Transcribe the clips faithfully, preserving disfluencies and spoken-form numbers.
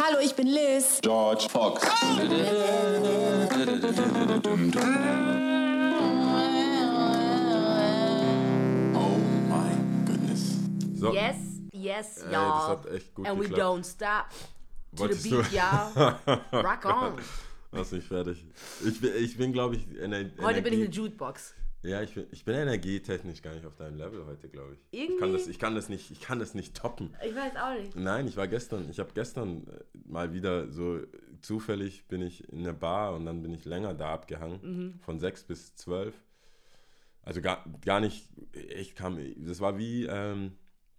Hallo, ich bin Liz. George Fox. Oh my goodness. So. Yes, yes, Ey, y'all. das hat echt gut And geklappt. we don't stop. To Wolltest the beat, du- y'all. Rock on. Lass mich fertig. Ich bin, ich bin glaube ich, Ener- Heute bin ich Energie- eine Jukebox. Ja, ich bin, ich bin energietechnisch gar nicht auf deinem Level heute, glaube ich. Irgendwie- Ich kann, das, ich, kann das nicht, ich kann das nicht toppen. Ich weiß auch nicht. Nein, ich war gestern, ich habe gestern äh, mal wieder so zufällig bin ich in der Bar und dann bin ich länger da abgehangen, Mhm. von sechs bis zwölf. Also gar, gar nicht, ich kam, das war wie, ähm,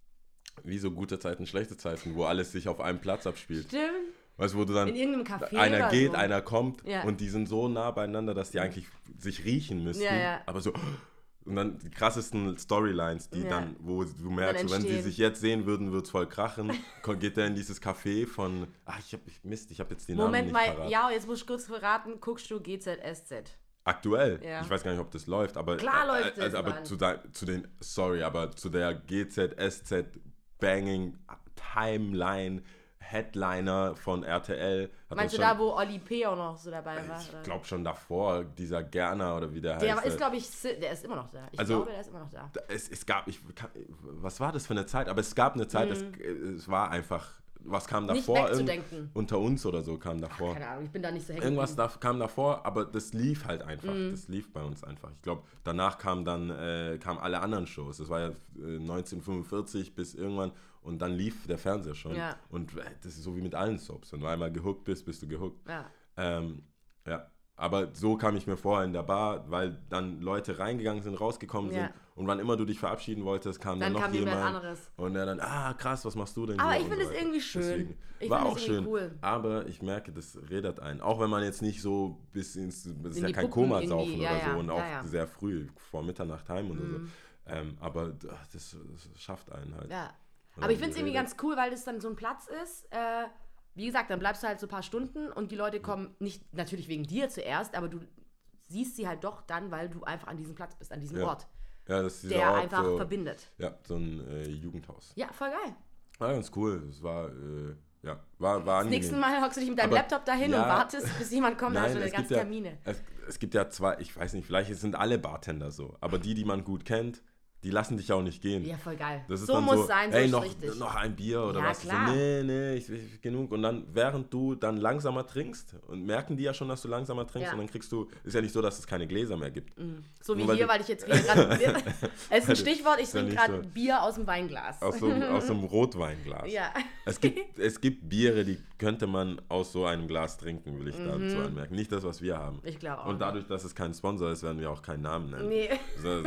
wie so gute Zeiten, schlechte Zeiten, wo alles sich auf einem Platz abspielt. Stimmt. Weißt du, wo du dann, In irgendeinem Café einer oder geht, so. einer kommt Ja. und die sind so nah beieinander, dass die eigentlich sich riechen müssten. Ja, ja. Aber so, und dann die krassesten Storylines, die Ja. dann, wo du merkst, Dann so, wenn sie entstehen. sich jetzt sehen würden, wird es voll krachen. Ko- Geht der in dieses Café von, ach, ich hab, ich, Mist, ich habe jetzt die Namen Moment nicht mal, parat. ja, jetzt muss ich kurz verraten, guckst du G Z S Z? Aktuell, Ja. ich weiß gar nicht, ob das läuft, aber, Klar läuft äh, es, also, aber Mann. zu, de, zu den, sorry, aber zu der G Z S Z Banging Timeline Headliner von R T L. Hat Meinst du das schon, da, wo Oli P. auch noch so dabei war? ich oder? glaube schon davor, dieser Gerner oder wie der, Der heißt. ist, glaube ich, si- der ist immer noch da. Ich Also- glaube, der ist immer noch da. Es, es gab, ich, kann- was war das für eine Zeit? Aber es gab eine Zeit, es, es war einfach, was kam Mhm. Nicht davor? wegzudenken. Unter uns oder so kam davor. Keine Ahnung, ich bin da nicht so hängen Irgendwas geblieben. da, kam davor, aber das lief halt einfach. Mhm. Das lief bei uns einfach. Ich glaube, danach kamen dann äh, kamen alle anderen Shows. Das war ja äh, neunzehnhundertfünfundvierzig bis irgendwann und dann lief der Fernseher schon. Ja. Und äh, das ist so wie mit allen Soaps. Wenn du einmal gehuckt bist, bist du gehuckt. Ja. Ähm, ja. Aber so kam ich mir vor in der Bar, weil dann Leute reingegangen sind, rausgekommen Ja. sind und wann immer du dich verabschieden wolltest, kam dann, Dann noch kam jemand jemand anderes. und der dann, ah krass, was machst du denn Aber hier? ich Und finde so es weiter. irgendwie schön. Deswegen. Ich War finde auch es schön, irgendwie cool. aber ich merke, das redet einen. Auch wenn man jetzt nicht so bis ins, das ist In ja die kein Puppen Koma-Saufen irgendwie, oder ja, so ja, und ja, auch ja. sehr früh, vor Mitternacht heim und Mhm. so. Ähm, aber ach, das, das schafft einen halt. Ja. Und Aber ich dann finde es irgendwie redet- ganz cool, weil das dann so ein Platz ist. Äh, wie gesagt, dann bleibst du halt so ein paar Stunden und die Leute kommen nicht natürlich wegen dir zuerst, aber du siehst sie halt doch dann, weil du einfach an diesem Platz bist, an diesem Ja. Ort, Ja, das ist dieser der Ort einfach so, verbindet. Ja, so ein äh, Jugendhaus. Ja, voll geil. War ganz cool. Es war, äh, ja, war, war Das nächste Mal hockst du dich mit deinem Aber- Laptop dahin ja. und wartest, bis jemand kommt, dann hast du eine es ganze gibt ja, Termine. Es, es gibt ja zwei, ich weiß nicht, vielleicht sind alle Bartender so, aber die, die man gut kennt, die lassen dich auch nicht gehen. Ja, voll geil. Das ist so dann muss so, sein, so ey, ist noch, richtig. noch ein Bier oder Ja, was? klar. So, nee, nee, ich, ich, genug. Und dann, während du dann langsamer trinkst, und merken die ja schon, dass du langsamer trinkst, Ja. und dann kriegst du, ist ja nicht so, dass es keine Gläser mehr gibt. So wie Nur weil hier, du- weil ich jetzt gerade. Es ist ein Stichwort, ich Ist ja trinke nicht gerade so. Bier aus dem Weinglas. Aus so, einem- aus so einem Rotweinglas. Ja. Es gibt, es gibt Biere, die könnte man aus so einem Glas trinken, will ich dazu anmerken. Nicht das, was wir haben. Mhm. Ich glaube auch Und dadurch, dass es kein Sponsor ist, werden wir auch keinen Namen nennen. Nee. So,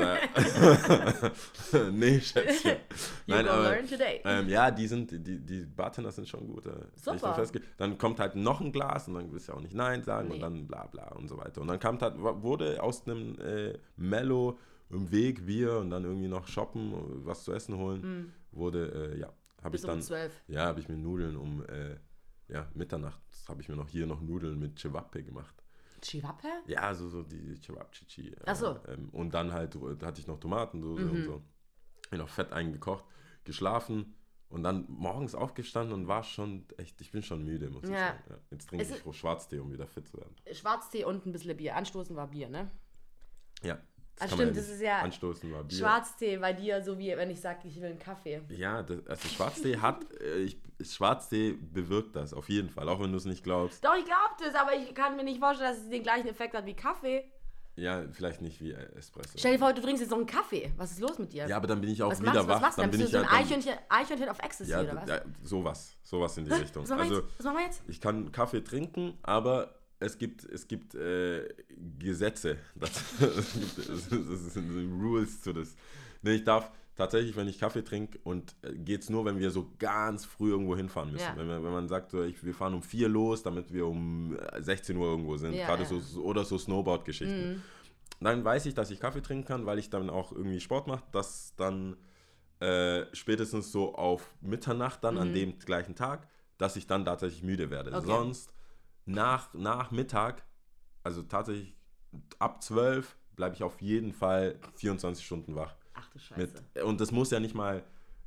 so, nee, Schätzchen. You Nein, gonna aber, learn today. ähm, ja, die sind, die, die Bartender sind schon gut. Äh, Super. ich so festge- dann kommt halt noch ein Glas und dann willst du ja auch nicht Nein sagen Nee. und dann bla bla und so weiter. Und dann kam halt, wurde aus einem äh, Mellow im Weg Bier und dann irgendwie noch shoppen, was zu essen holen, wurde, äh, ja, habe ich Bis um dann, zwölf. ja, habe ich mir Nudeln um, äh, ja, Mitternacht habe ich mir noch hier noch Nudeln mit Cevape gemacht. Chivappe? Ja, so, so die Cevapcici. Äh, Ach so. Ähm, und dann halt äh, hatte ich noch Tomatensoße und so. Ich noch Fett eingekocht, geschlafen und dann morgens aufgestanden und war schon echt, ich bin schon müde, muss ich Ja. sagen. Ja, jetzt trinke Es ich Schwarztee, um wieder fit zu werden. Schwarztee und ein bisschen Bier. Anstoßen war Bier, ne? Ja. Ah, kann man stimmt, das nicht. ist ja Anstoßen war Bier. Schwarztee bei dir, so wie wenn ich sage, ich will einen Kaffee. Ja, das, also Schwarztee hat, äh, ich, Schwarztee bewirkt das, auf jeden Fall, auch wenn du es nicht glaubst. Doch, ich glaube das, aber ich kann mir nicht vorstellen, dass es den gleichen Effekt hat wie Kaffee. Ja, vielleicht nicht wie äh, Espresso. Stell dir vor, du trinkst jetzt noch einen Kaffee. Was ist los mit dir? Ja, aber dann bin ich auch was wieder machst, wach. was machst du? Dann Dann bin bist du ich so ein ja, dann, Eichhörnchen, Eichhörnchen auf Ecstasy, ja, oder was? ja, sowas, sowas in die Richtung. Was machen, wir Also jetzt? was machen wir jetzt? ich kann Kaffee trinken, aber es gibt, es gibt äh, Gesetze. Das, es gibt es, es sind Rules zu das. Nee, ich darf tatsächlich, wenn ich Kaffee trinke, und äh, geht es nur, wenn wir so ganz früh irgendwo hinfahren müssen. Ja. Wenn, wir, wenn man sagt, so, ich, wir fahren um vier los, damit wir um sechzehn Uhr irgendwo sind. Ja, Gerade ja. so, so oder so Snowboard-Geschichten. Mhm. Dann weiß ich, dass ich Kaffee trinken kann, weil ich dann auch irgendwie Sport mache, dass dann äh, spätestens so auf Mitternacht dann an dem gleichen Tag, dass ich dann tatsächlich müde werde. Mhm. Okay. Sonst nach, nach Mittag, also tatsächlich ab zwölf, bleibe ich auf jeden Fall vierundzwanzig Stunden wach. Ach du Scheiße. Mit, und das muss ja nicht mal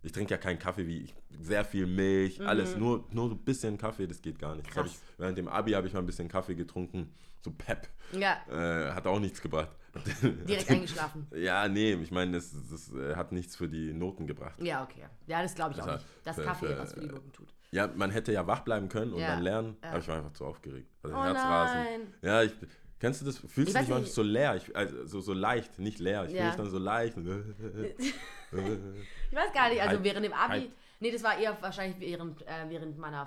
Ich trinke ja keinen Kaffee wie ich, sehr viel Milch, mhm. alles, nur, nur so ein bisschen Kaffee, das geht gar nicht. Das hab ich, während dem Abi habe ich mal ein bisschen Kaffee getrunken, so Pep. Ja. Äh, hat auch nichts gebracht. Direkt eingeschlafen. Ja, nee, ich meine, das, das äh, hat nichts für die Noten gebracht. Ja, okay. Ja, das glaube ich das auch hat, nicht. Dass für, Kaffee für, was für die Noten tut. Ja, man hätte ja wach bleiben können und ja. dann lernen, ja. aber ich war einfach zu aufgeregt. Also oh Herzrasen. nein. Ja, ich, kennst du das? Fühlst ich du dich manchmal so leer? Ich, also so, so leicht, nicht leer. Ich ja. fühle mich dann so leicht. Ich weiß gar nicht, also Hype. während dem Abi, Hype. nee, das war eher wahrscheinlich während, äh, während meiner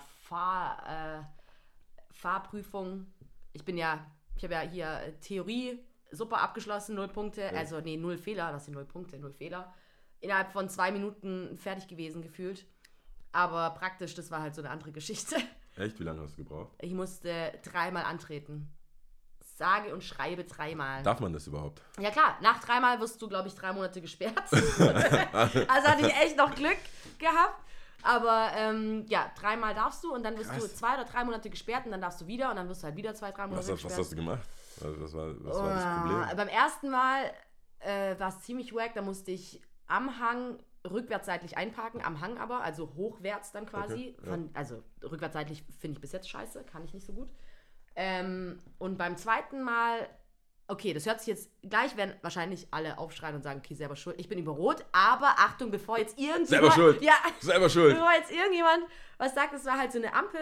Fahr, äh, Fahrprüfung. Ich bin ja, ich habe ja hier äh, Theorie super abgeschlossen, null Punkte, ja. also nee, null Fehler, das sind null Punkte, null Fehler. Innerhalb von zwei Minuten fertig gewesen gefühlt. Aber praktisch, das war halt so eine andere Geschichte. Echt? Wie lange hast du gebraucht? Ich musste dreimal antreten. Sage und schreibe dreimal. Darf man das überhaupt? Ja klar, nach dreimal wirst du, glaube ich, drei Monate gesperrt. Also hatte ich echt noch Glück gehabt. Aber ähm, ja, dreimal darfst du und dann wirst Krass. du zwei oder drei Monate gesperrt und dann darfst du wieder und dann wirst du halt wieder zwei, drei Monate was, gesperrt. Was hast du gemacht? Also was war, was oh, war das Problem? Beim ersten Mal äh, war es ziemlich wack, da musste ich am Hang rückwärtsseitlich einparken, am Hang aber, also hochwärts dann quasi. Okay, Von, ja. Also rückwärtsseitlich finde ich bis jetzt scheiße, kann ich nicht so gut. Ähm, und beim zweiten Mal, okay, das hört sich jetzt, gleich werden wahrscheinlich alle aufschreien und sagen, okay, selber schuld, ich bin über Rot, aber Achtung, bevor jetzt irgendjemand... Selber schuld, ja, selber schuld. Bevor jetzt irgendjemand was sagt, es war halt so eine Ampel,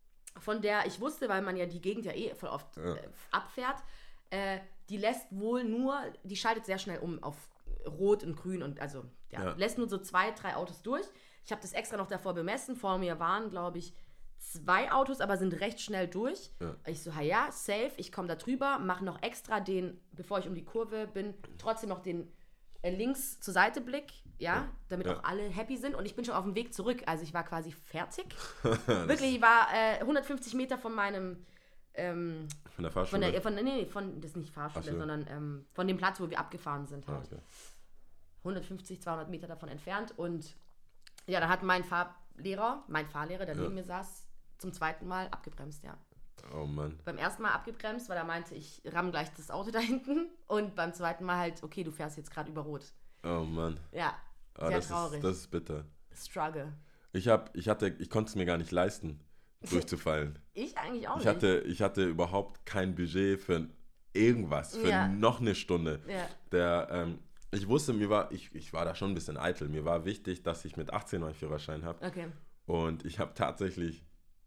von der ich wusste, weil man ja die Gegend ja eh voll oft ja. äh, abfährt, äh, die lässt wohl nur, die schaltet sehr schnell um auf Rot und Grün und also, ja, ja. lässt nur so zwei, drei Autos durch. Ich habe das extra noch davor bemessen, vor mir waren, glaube ich, zwei Autos, aber sind recht schnell durch. Ja. Ich so, ja, safe, ich komme da drüber, mache noch extra den, bevor ich um die Kurve bin, trotzdem noch den äh, links zur Seite Blick, ja, ja. damit ja. auch alle happy sind und ich bin schon auf dem Weg zurück, also ich war quasi fertig. Wirklich, ich war äh, hundertfünfzig Meter von meinem ähm, von der Fahrschule? Von der, von, nee, nee, von, das ist nicht Fahrschule, so. sondern ähm, von dem Platz, wo wir abgefahren sind halt. Ah, okay. hundertfünfzig, zweihundert Meter davon entfernt und ja, da hat mein Fahrlehrer, mein Fahrlehrer, der ja. neben mir saß, zum zweiten Mal abgebremst, ja. Oh Mann. Beim ersten Mal abgebremst, weil er meinte, ich ramm gleich das Auto da hinten und beim zweiten Mal halt, okay, du fährst jetzt gerade über Rot. Oh Mann. Ja, ah, sehr das traurig. Ist, das ist bitter. Struggle. Ich hab, ich hatte, ich konnte es mir gar nicht leisten, durchzufallen. Ich eigentlich auch ich nicht. Hatte, ich hatte überhaupt kein Budget für irgendwas, für ja. noch eine Stunde. Ja. Der, ähm, ich wusste, mir war, ich, ich war da schon ein bisschen eitel. Mir war wichtig, dass ich mit achtzehn meinen Führerschein habe. Okay. Und ich habe tatsächlich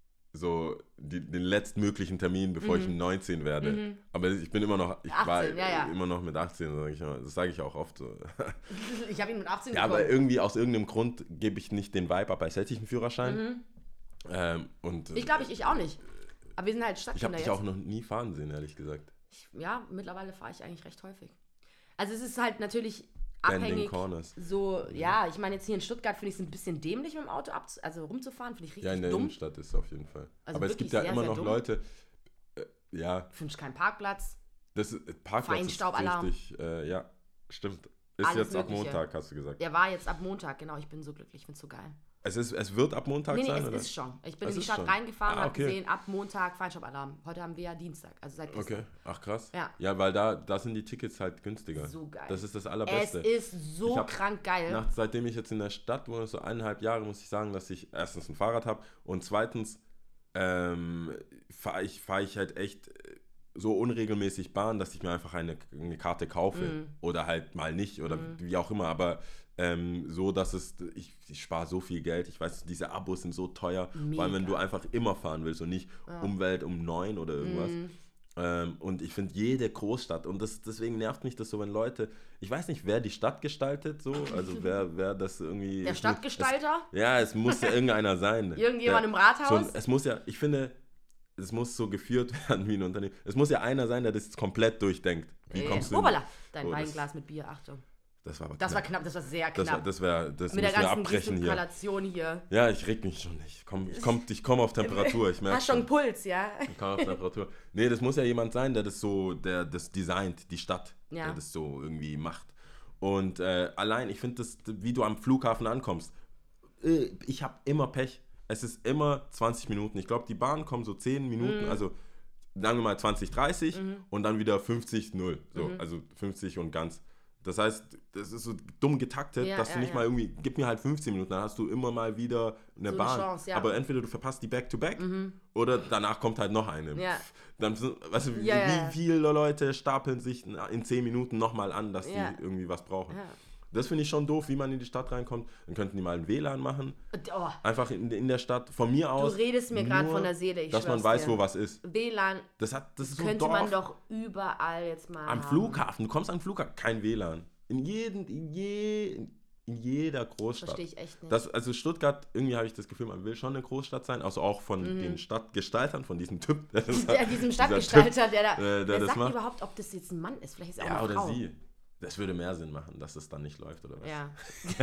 so die, den letztmöglichen Termin, bevor mhm. ich neunzehn werde. Mhm. Aber ich bin immer noch, ich achtzehn, war ja, ja. immer noch mit achtzehn, sag ich mal. Das sage ich auch oft so. Ich habe ihn mit achtzehn Ja, bekommen. aber irgendwie aus irgendeinem Grund gebe ich nicht den Vibe ab, als hätte ich einen Führerschein. Mhm. Ähm, und, ich glaube, ich, ich auch nicht. Aber wir sind halt Stadtkinder. Ich habe dich jetzt auch noch nie fahren sehen, ehrlich gesagt. Ich, ja, mittlerweile fahre ich eigentlich recht häufig. Also es ist halt natürlich abhängig. Corners. So, ja, ich meine jetzt hier in Stuttgart finde ich es ein bisschen dämlich mit dem Auto ab, also rumzufahren, finde ich richtig dumm. Ja, in der dumm. Innenstadt ist es auf jeden Fall. Also aber es gibt ja sehr, immer sehr noch dumm. Leute, äh, ja. Findest keinen Parkplatz. Das ist, Parkplatz Feinstaubalarm. ist richtig, äh, ja, stimmt. Ist Alles jetzt Mögliche. ab Montag, hast du gesagt. Der war jetzt ab Montag, genau, ich bin so glücklich, ich finde es so geil. Es, ist, es wird ab Montag nee, nee, sein, es oder? ist schon. Ich bin es in die Stadt schon. reingefahren und ah, habe okay. gesehen, ab Montag Feinstaubalarm. Heute haben wir ja Dienstag, also seit gestern. Okay, ach krass. Ja, ja weil da, da sind die Tickets halt günstiger. So geil. Das ist das Allerbeste. Es ist so hab, krank geil. Nach, seitdem ich jetzt in der Stadt wohne, so eineinhalb Jahre, muss ich sagen, dass ich erstens ein Fahrrad habe und zweitens ähm, fahre ich, fahr ich halt echt so unregelmäßig Bahn, dass ich mir einfach eine, eine Karte kaufe mm. oder halt mal nicht oder mm. wie auch immer, aber ähm, so, dass es, ich, ich spare so viel Geld, ich weiß, diese Abos sind so teuer, Mega. vor allem wenn du einfach immer fahren willst und nicht ja. Umwelt um neun oder irgendwas. Mm. Ähm, und ich finde jede Großstadt, und das, deswegen nervt mich das so, wenn Leute, ich weiß nicht, wer die Stadt gestaltet, so, also wer, wer das irgendwie... Der Stadtgestalter? Es, ja, es muss ja irgendeiner sein. Irgendjemand der, im Rathaus? So, es muss ja, ich finde... Es muss so geführt werden wie ein Unternehmen. Es muss ja einer sein, der das komplett durchdenkt. Wie äh, kommst du Obala, dein oh, Weinglas mit Bier, Achtung. Das war aber Das knapp. war knapp, das war sehr knapp. Das war, das wär, das mit der müssen wir ganzen abbrechen Gestikulation hier. hier. Ja, ich reg mich schon nicht. Ich komme ich komm, ich komm auf Temperatur. Ich merke Hast schon einen Puls, ja? Ich komme auf Temperatur. Nee, das muss ja jemand sein, der das so, der das designt, die Stadt, ja. der das so irgendwie macht. Und äh, allein, ich finde das, wie du am Flughafen ankommst, äh, ich habe immer Pech. Es ist immer zwanzig Minuten. Ich glaube, die Bahn kommen so zehn Minuten, mhm. also sagen wir mal zwanzig, dreißig mhm. und dann wieder fünfzig, null. So, mhm. also fünfzig und ganz. Das heißt, das ist so dumm getaktet, Ja, dass ja, du nicht ja. mal irgendwie, gib mir halt fünfzehn Minuten, dann hast du immer mal wieder eine So eine Bahn. Chance, ja. Aber entweder du verpasst die Back-to-Back oder danach kommt halt noch eine. Ja. Dann, sind- weißt du, Ja, ja, wie ja. viele Leute stapeln sich in zehn Minuten nochmal an, dass Ja. die irgendwie was brauchen. Ja. Das finde ich schon doof, wie man in die Stadt reinkommt. Dann könnten die mal ein W L A N machen. Oh, Einfach in, in der Stadt. Von mir du aus. redest mir gerade nur, von der Seele, ich dass man schwör's weiß, dir. wo was ist. W L A N Das, hat, das ist so könnte Dorf. man doch überall jetzt mal Am haben. Flughafen. Du kommst am Flughafen. Kein W L A N. In, jeden, in, je, in jeder Großstadt. Verstehe ich echt nicht. Das, also Stuttgart, irgendwie habe ich das Gefühl, man will schon eine Großstadt sein. Also auch von Mhm. den Stadtgestaltern, von diesem Typ. Der das, Ja, diesem dieser Stadtgestalter, Typ, der da. äh, der der das sagt macht. überhaupt, ob das jetzt ein Mann ist. Vielleicht ist er auch Ja, eine oder Frau. sie. Das würde mehr Sinn machen, dass es dann nicht läuft, oder was? Ja.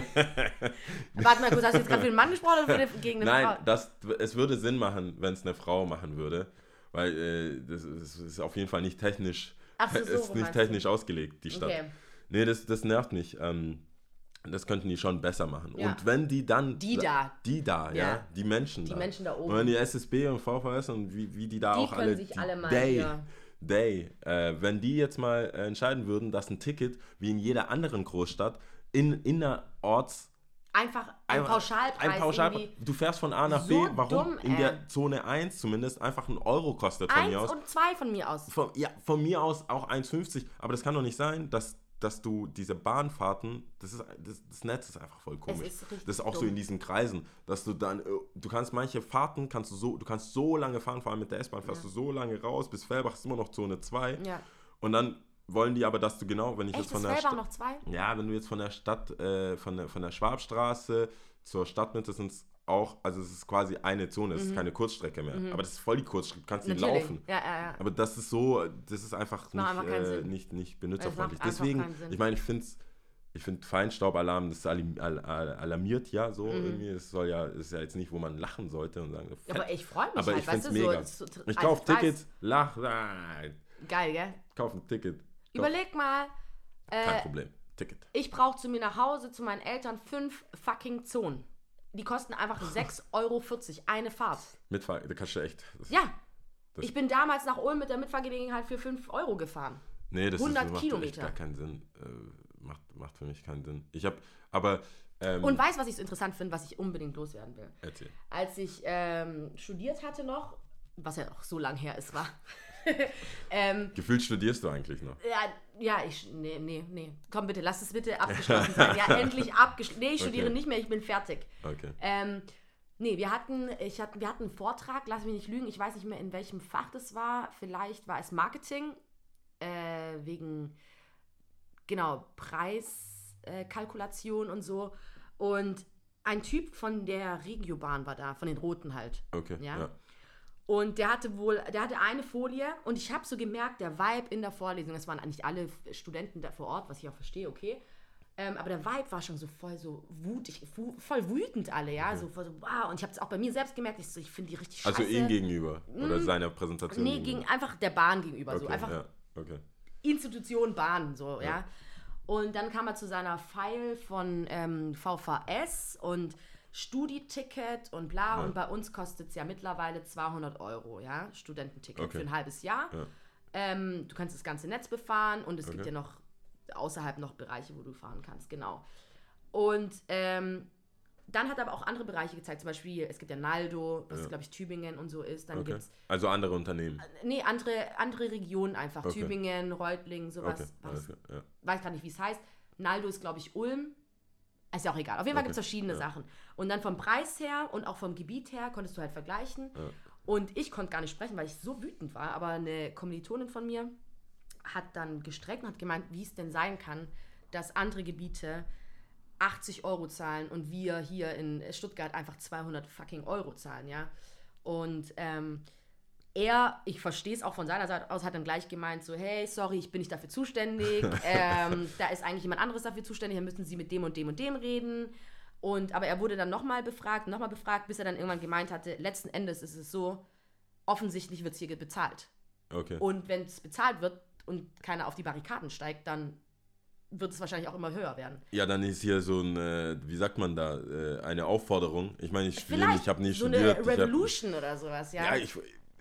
Warte mal kurz, hast du jetzt gerade für einen Mann gesprochen oder für eine, gegen eine Nein, Frau? das, es würde Sinn machen, wenn es eine Frau machen würde. Weil äh, das, ist, das ist auf jeden Fall nicht technisch, Ach so, so ist rum nicht meinst du. technisch ausgelegt, die Stadt. Okay. Nee, das, das nervt mich. Ähm, das könnten die schon besser machen. Ja. Und wenn die dann... Die da. Die da, ja. Ja. Die Menschen Die da. Menschen da oben. Und wenn die S S B und V V S und wie, wie die da Die auch können alle... sich die alle mal Day, hier- Day. Äh, wenn die jetzt mal äh, entscheiden würden, dass ein Ticket, wie in jeder anderen Großstadt, in innerorts... Einfach ein Einfach- Pauschalpreis. Ein Pauschal, irgendwie. du fährst von A nach So B, warum dumm, in ey. der Zone eins zumindest einfach ein Euro kostet von Eins mir aus. und zwei von mir aus. Von, ja, von mir aus auch eins fünfzig, aber das kann doch nicht sein, dass, dass du diese Bahnfahrten, das, ist, das, das Netz ist einfach voll komisch. ist richtig das ist auch so dumm. in diesen Kreisen, dass du dann, äh, du kannst manche Fahrten, kannst du so, du kannst so lange fahren, vor allem mit der S-Bahn, fährst Ja. du so lange raus, bis Fellbach ist immer noch Zone zwei Ja. und dann wollen die aber, dass du genau, wenn ich Echt, jetzt von ist der Fellbach Stadt, noch zwei? ja, wenn du jetzt von der Stadt, äh, von, der, von der Schwabstraße zur Stadtmitte sind es auch, also es ist quasi eine Zone, es ist keine Kurzstrecke mehr. Aber das ist voll die Kurzstrecke, du kannst nicht Mhm. Natürlich. laufen. Ja, ja, ja. Aber das ist so, das ist einfach macht nicht, einfach keinen äh, Sinn. nicht, nicht Es benutzerfreundlich. macht einfach Deswegen, keinen Sinn. ich meine, ich finde ich find Feinstaubalarm, das alim- al- al- alarmiert ja so irgendwie. Es soll ja, ist ja jetzt nicht, wo man lachen sollte und sagen, so, Ja, fett. aber ich freue mich Aber halt, ich find's weißt du, mega. so, so, Ich also kaufe weiß- Tickets, lach, nein, Geil, gell? kauf ein Ticket. Kauf, Überleg mal, kein äh, Problem, Ticket. ich brauche zu mir nach Hause, zu meinen Eltern, fünf fucking Zonen. Die kosten einfach sechs Euro vierzig, eine Fahrt. Mitfahren, da kannst du echt. Das, Ja, Das- ich bin damals nach Ulm mit der Mitfahrgelegenheit für fünf Euro gefahren. Nee, das hundert ist, macht Kilometer. echt gar keinen Sinn. Äh, macht, macht für mich keinen Sinn. Ich habe, aber. Ähm, Und weißt du, was ich so interessant finde, was ich unbedingt loswerden will? erzähl. Als ich ähm, studiert hatte noch, was ja auch so lang her ist, war. ähm, Gefühlt studierst du eigentlich noch. ja, ja, ich, nee, nee, nee. Komm bitte, lass es bitte abgeschlossen sein. Ja, endlich abgeschlossen. Nee, ich studiere Okay. nicht mehr, ich bin fertig. Okay. Ähm, nee, wir hatten, ich hatten, wir hatten einen Vortrag, lass mich nicht lügen, ich weiß nicht mehr, in welchem Fach das war. Vielleicht war es Marketing, äh, wegen, genau, Preiskalkulation äh, und so. Und ein Typ von der Regiobahn war da, von den Roten halt. Okay. Ja. Ja. Und der hatte wohl, der hatte eine Folie und ich habe so gemerkt, der Vibe in der Vorlesung, das waren eigentlich alle Studenten da vor Ort, was ich auch verstehe, okay. Ähm, aber der Vibe war schon so voll so wutig, wu- voll wütend alle, ja, so voll so, wow. Und ich habe es auch bei mir selbst gemerkt, ich, so, ich finde die richtig scheiße. Also ihm gegenüber oder seiner Präsentation Nee, gegenüber. gegen einfach der Bahn gegenüber, so Okay, einfach ja. Okay. Institution Bahn, so, ja. Ja. Und dann kam er zu seiner File von ähm, V V S und Studi-Ticket und bla. Ja. Und bei uns kostet es ja mittlerweile zweihundert Euro, ja, Studententicket Okay. für ein halbes Jahr. Ja. Ähm, du kannst das ganze Netz befahren und es gibt Okay. ja noch außerhalb noch Bereiche, wo du fahren kannst, genau. Und ähm, dann hat er aber auch andere Bereiche gezeigt, zum Beispiel, es gibt ja Naldo, was Ja. glaube ich Tübingen und so ist, dann Okay. gibt es Also andere Unternehmen. Nee, andere, andere Regionen einfach. Okay. Tübingen, Reutlingen, sowas. Okay. Weiß, Alles klar, ja. weiß gar nicht, wie es heißt. Naldo ist, glaube ich, Ulm. Ist ja auch egal. Auf jeden Fall Okay. gibt es verschiedene Ja. Sachen. Und dann vom Preis her und auch vom Gebiet her konntest du halt vergleichen. Ja. Und ich konnte gar nicht sprechen, weil ich so wütend war. Aber eine Kommilitonin von mir hat dann gestreckt und hat gemeint, wie es denn sein kann, dass andere Gebiete achtzig Euro zahlen und wir hier in Stuttgart einfach zweihundert fucking Euro zahlen, ja. Und ähm, er, ich verstehe es auch von seiner Seite aus, hat dann gleich gemeint so, hey, sorry, ich bin nicht dafür zuständig, ähm, da ist eigentlich jemand anderes dafür zuständig, dann müssen Sie mit dem und dem und dem reden. Und, aber er wurde dann nochmal befragt, nochmal befragt, bis er dann irgendwann gemeint hatte, letzten Endes ist es so, offensichtlich wird es hier bezahlt. Okay. Und wenn es bezahlt wird und keiner auf die Barrikaden steigt, dann wird es wahrscheinlich auch immer höher werden. Ja, dann ist hier so ein, äh, wie sagt man da, äh, eine Aufforderung. Ich meine, ich studiere Vielleicht nicht, ich habe nie so studiert. eine ich hab- Revolution oder sowas, ja. Ja, ich,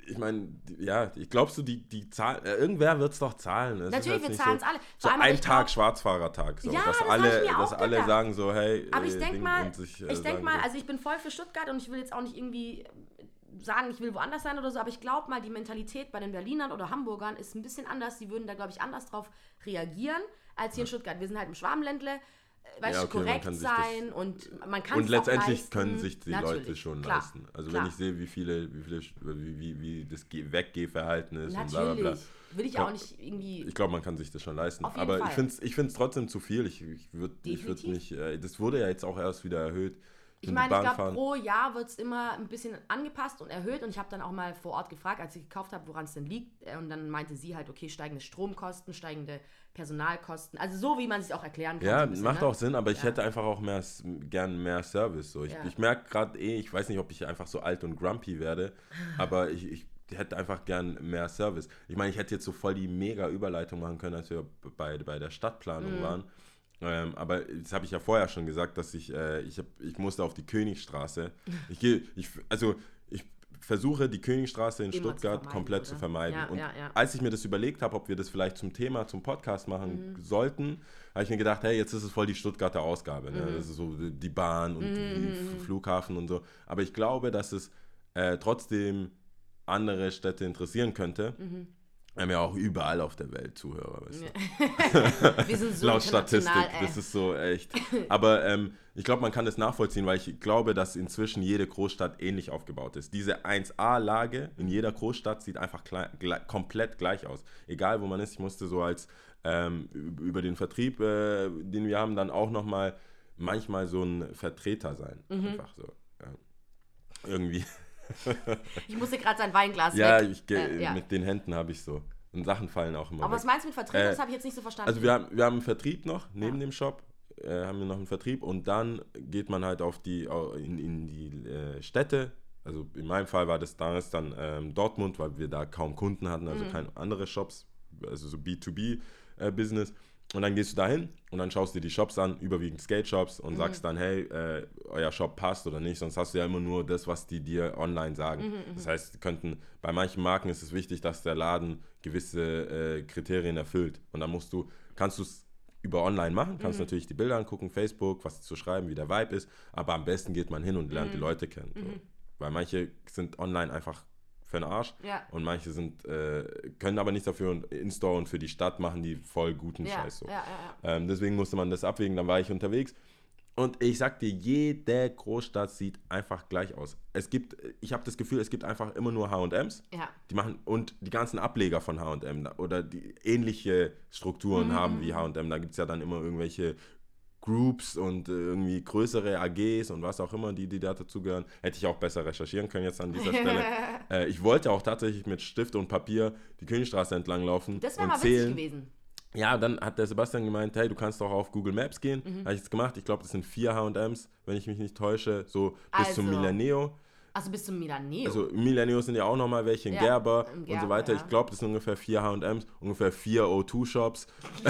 ich meine, ja, ich glaubst du, die, die Zahl, äh, irgendwer wird es doch zahlen. Es Natürlich, wir zahlen es so, alle. So ein Tag glaub, Schwarzfahrertag. So, ja, dass das alle, ich mir dass auch alle gedacht. sagen so, hey, aber ich äh, denke mal, sich, äh, ich denke mal, so. also ich bin voll für Stuttgart und ich will jetzt auch nicht irgendwie sagen, ich will woanders sein oder so, aber ich glaube mal, die Mentalität bei den Berlinern oder Hamburgern ist ein bisschen anders. Die würden da, glaube ich, anders drauf reagieren als hier ja. in Stuttgart. Wir sind halt im Schwabenländle. Weißt ja, du, okay, korrekt sein das, und man kann und es letztendlich auch leisten. können sich die Natürlich, Leute schon klar, leisten. Also klar. wenn ich sehe, wie viele, wie viele, wie, wie, wie das Weggehverhalten ist Natürlich. und bla bla bla. Will ich auch nicht irgendwie. Ich glaube, man kann sich das schon leisten. Auf jeden Aber Fall. ich finde es ich find's trotzdem zu viel. Ich, ich würde ich würd nicht. Äh, das wurde ja jetzt auch erst wieder erhöht. Ich meine, ich glaube, pro Jahr wird es immer ein bisschen angepasst und erhöht. Und ich habe dann auch mal vor Ort gefragt, als ich gekauft habe, woran es denn liegt. Und dann meinte sie halt, okay, steigende Stromkosten, steigende Personalkosten. Also so, wie man es sich auch erklären kann. Ja, so ein bisschen, macht ne? auch Sinn, aber ich ja. hätte einfach auch mehr, gern mehr Service. So. Ich, ja. ich merke gerade eh, ich weiß nicht, ob ich einfach so alt und grumpy werde, aber ich, ich hätte einfach gern mehr Service. Ich meine, ich hätte jetzt so voll die mega Überleitung machen können, als wir bei, bei der Stadtplanung mhm. waren. Ähm, aber das habe ich ja vorher schon gesagt, dass ich, äh, ich, hab, ich musste auf die Königstraße. Ich gehe, ich, also ich versuche die Königstraße in Immer Stuttgart zu komplett oder? zu vermeiden. Ja, und ja, ja. als ich mir das überlegt habe, ob wir das vielleicht zum Thema, zum Podcast machen mhm. sollten, habe ich mir gedacht, hey, jetzt ist es voll die Stuttgarter Ausgabe. Ne? Mhm. Das ist so die Bahn und mhm. die Flughafen und so. Aber ich glaube, dass es äh, trotzdem andere Städte interessieren könnte. Mhm. Wir haben ja auch überall auf der Welt Zuhörer, weißt du? Wir sind so laut Statistik, ey. Das ist so echt. Aber ähm, ich glaube, man kann das nachvollziehen, weil ich glaube, dass inzwischen jede Großstadt ähnlich aufgebaut ist. Diese eins A-Lage in jeder Großstadt sieht einfach gle- gle- komplett gleich aus. Egal, wo man ist. Ich musste so als ähm, über den Vertrieb, äh, den wir haben, dann auch nochmal manchmal so ein Vertreter sein. Mhm. Einfach so. Ja. Irgendwie. Ich musste gerade sein Weinglas ja, weg. Ich, äh, ja, mit den Händen habe ich so. Und Sachen fallen auch immer Aber weg. was meinst du mit Vertrieb? Äh, das habe ich jetzt nicht so verstanden. Also wir haben, wir haben einen Vertrieb noch, neben ja. dem Shop, äh, haben wir noch einen Vertrieb und dann geht man halt auf die, in, in die äh, Städte. Also in meinem Fall war das damals dann ähm, Dortmund, weil wir da kaum Kunden hatten, also mhm. keine andere Shops, also so B zwei B äh, Business. Und dann gehst du da hin und dann schaust dir die Shops an, überwiegend Skate-Shops und mhm. sagst dann, hey, äh, euer Shop passt oder nicht, sonst hast du ja immer nur das, was die dir online sagen. Mhm, das heißt, die könnten, bei manchen Marken ist es wichtig, dass der Laden gewisse äh, Kriterien erfüllt. Und dann musst du, kannst du es über online machen, kannst mhm. natürlich die Bilder angucken, Facebook, was zu schreiben, wie der Vibe ist, aber am besten geht man hin und lernt mhm. die Leute kennen. So. Mhm. Weil manche sind online einfach für den Arsch ja. und manche sind äh, können aber nichts dafür und in-store und für die Stadt machen die voll guten ja. Scheiß. So. Ja, ja, ja. Ähm, deswegen musste man das abwägen, dann war ich unterwegs und ich sag dir, jede Großstadt sieht einfach gleich aus. Es gibt, ich habe das Gefühl, es gibt einfach immer nur H und M's, ja. die machen und die ganzen Ableger von H und M oder die ähnliche Strukturen mhm. haben wie H und M, da gibt es ja dann immer irgendwelche Groups und äh, irgendwie größere A Gs und was auch immer, die, die da dazugehören. Hätte ich auch besser recherchieren können jetzt an dieser Stelle. äh, ich wollte auch tatsächlich mit Stift und Papier die Königstraße entlang laufen. Das wäre und mal zählen. witzig gewesen. Ja, dann hat der Sebastian gemeint, hey, du kannst doch auf Google Maps gehen. Mhm. Habe ich jetzt gemacht. Ich glaube, das sind vier H und M's, wenn ich mich nicht täusche, so bis also. zum Milaneo. Also bis zum Milaneo? Also im Milaneo sind ja auch nochmal welche in ja, Gerber, Gerber und so weiter. Ja. Ich glaube, das sind ungefähr vier H und M's, ungefähr vier O zwei Shops.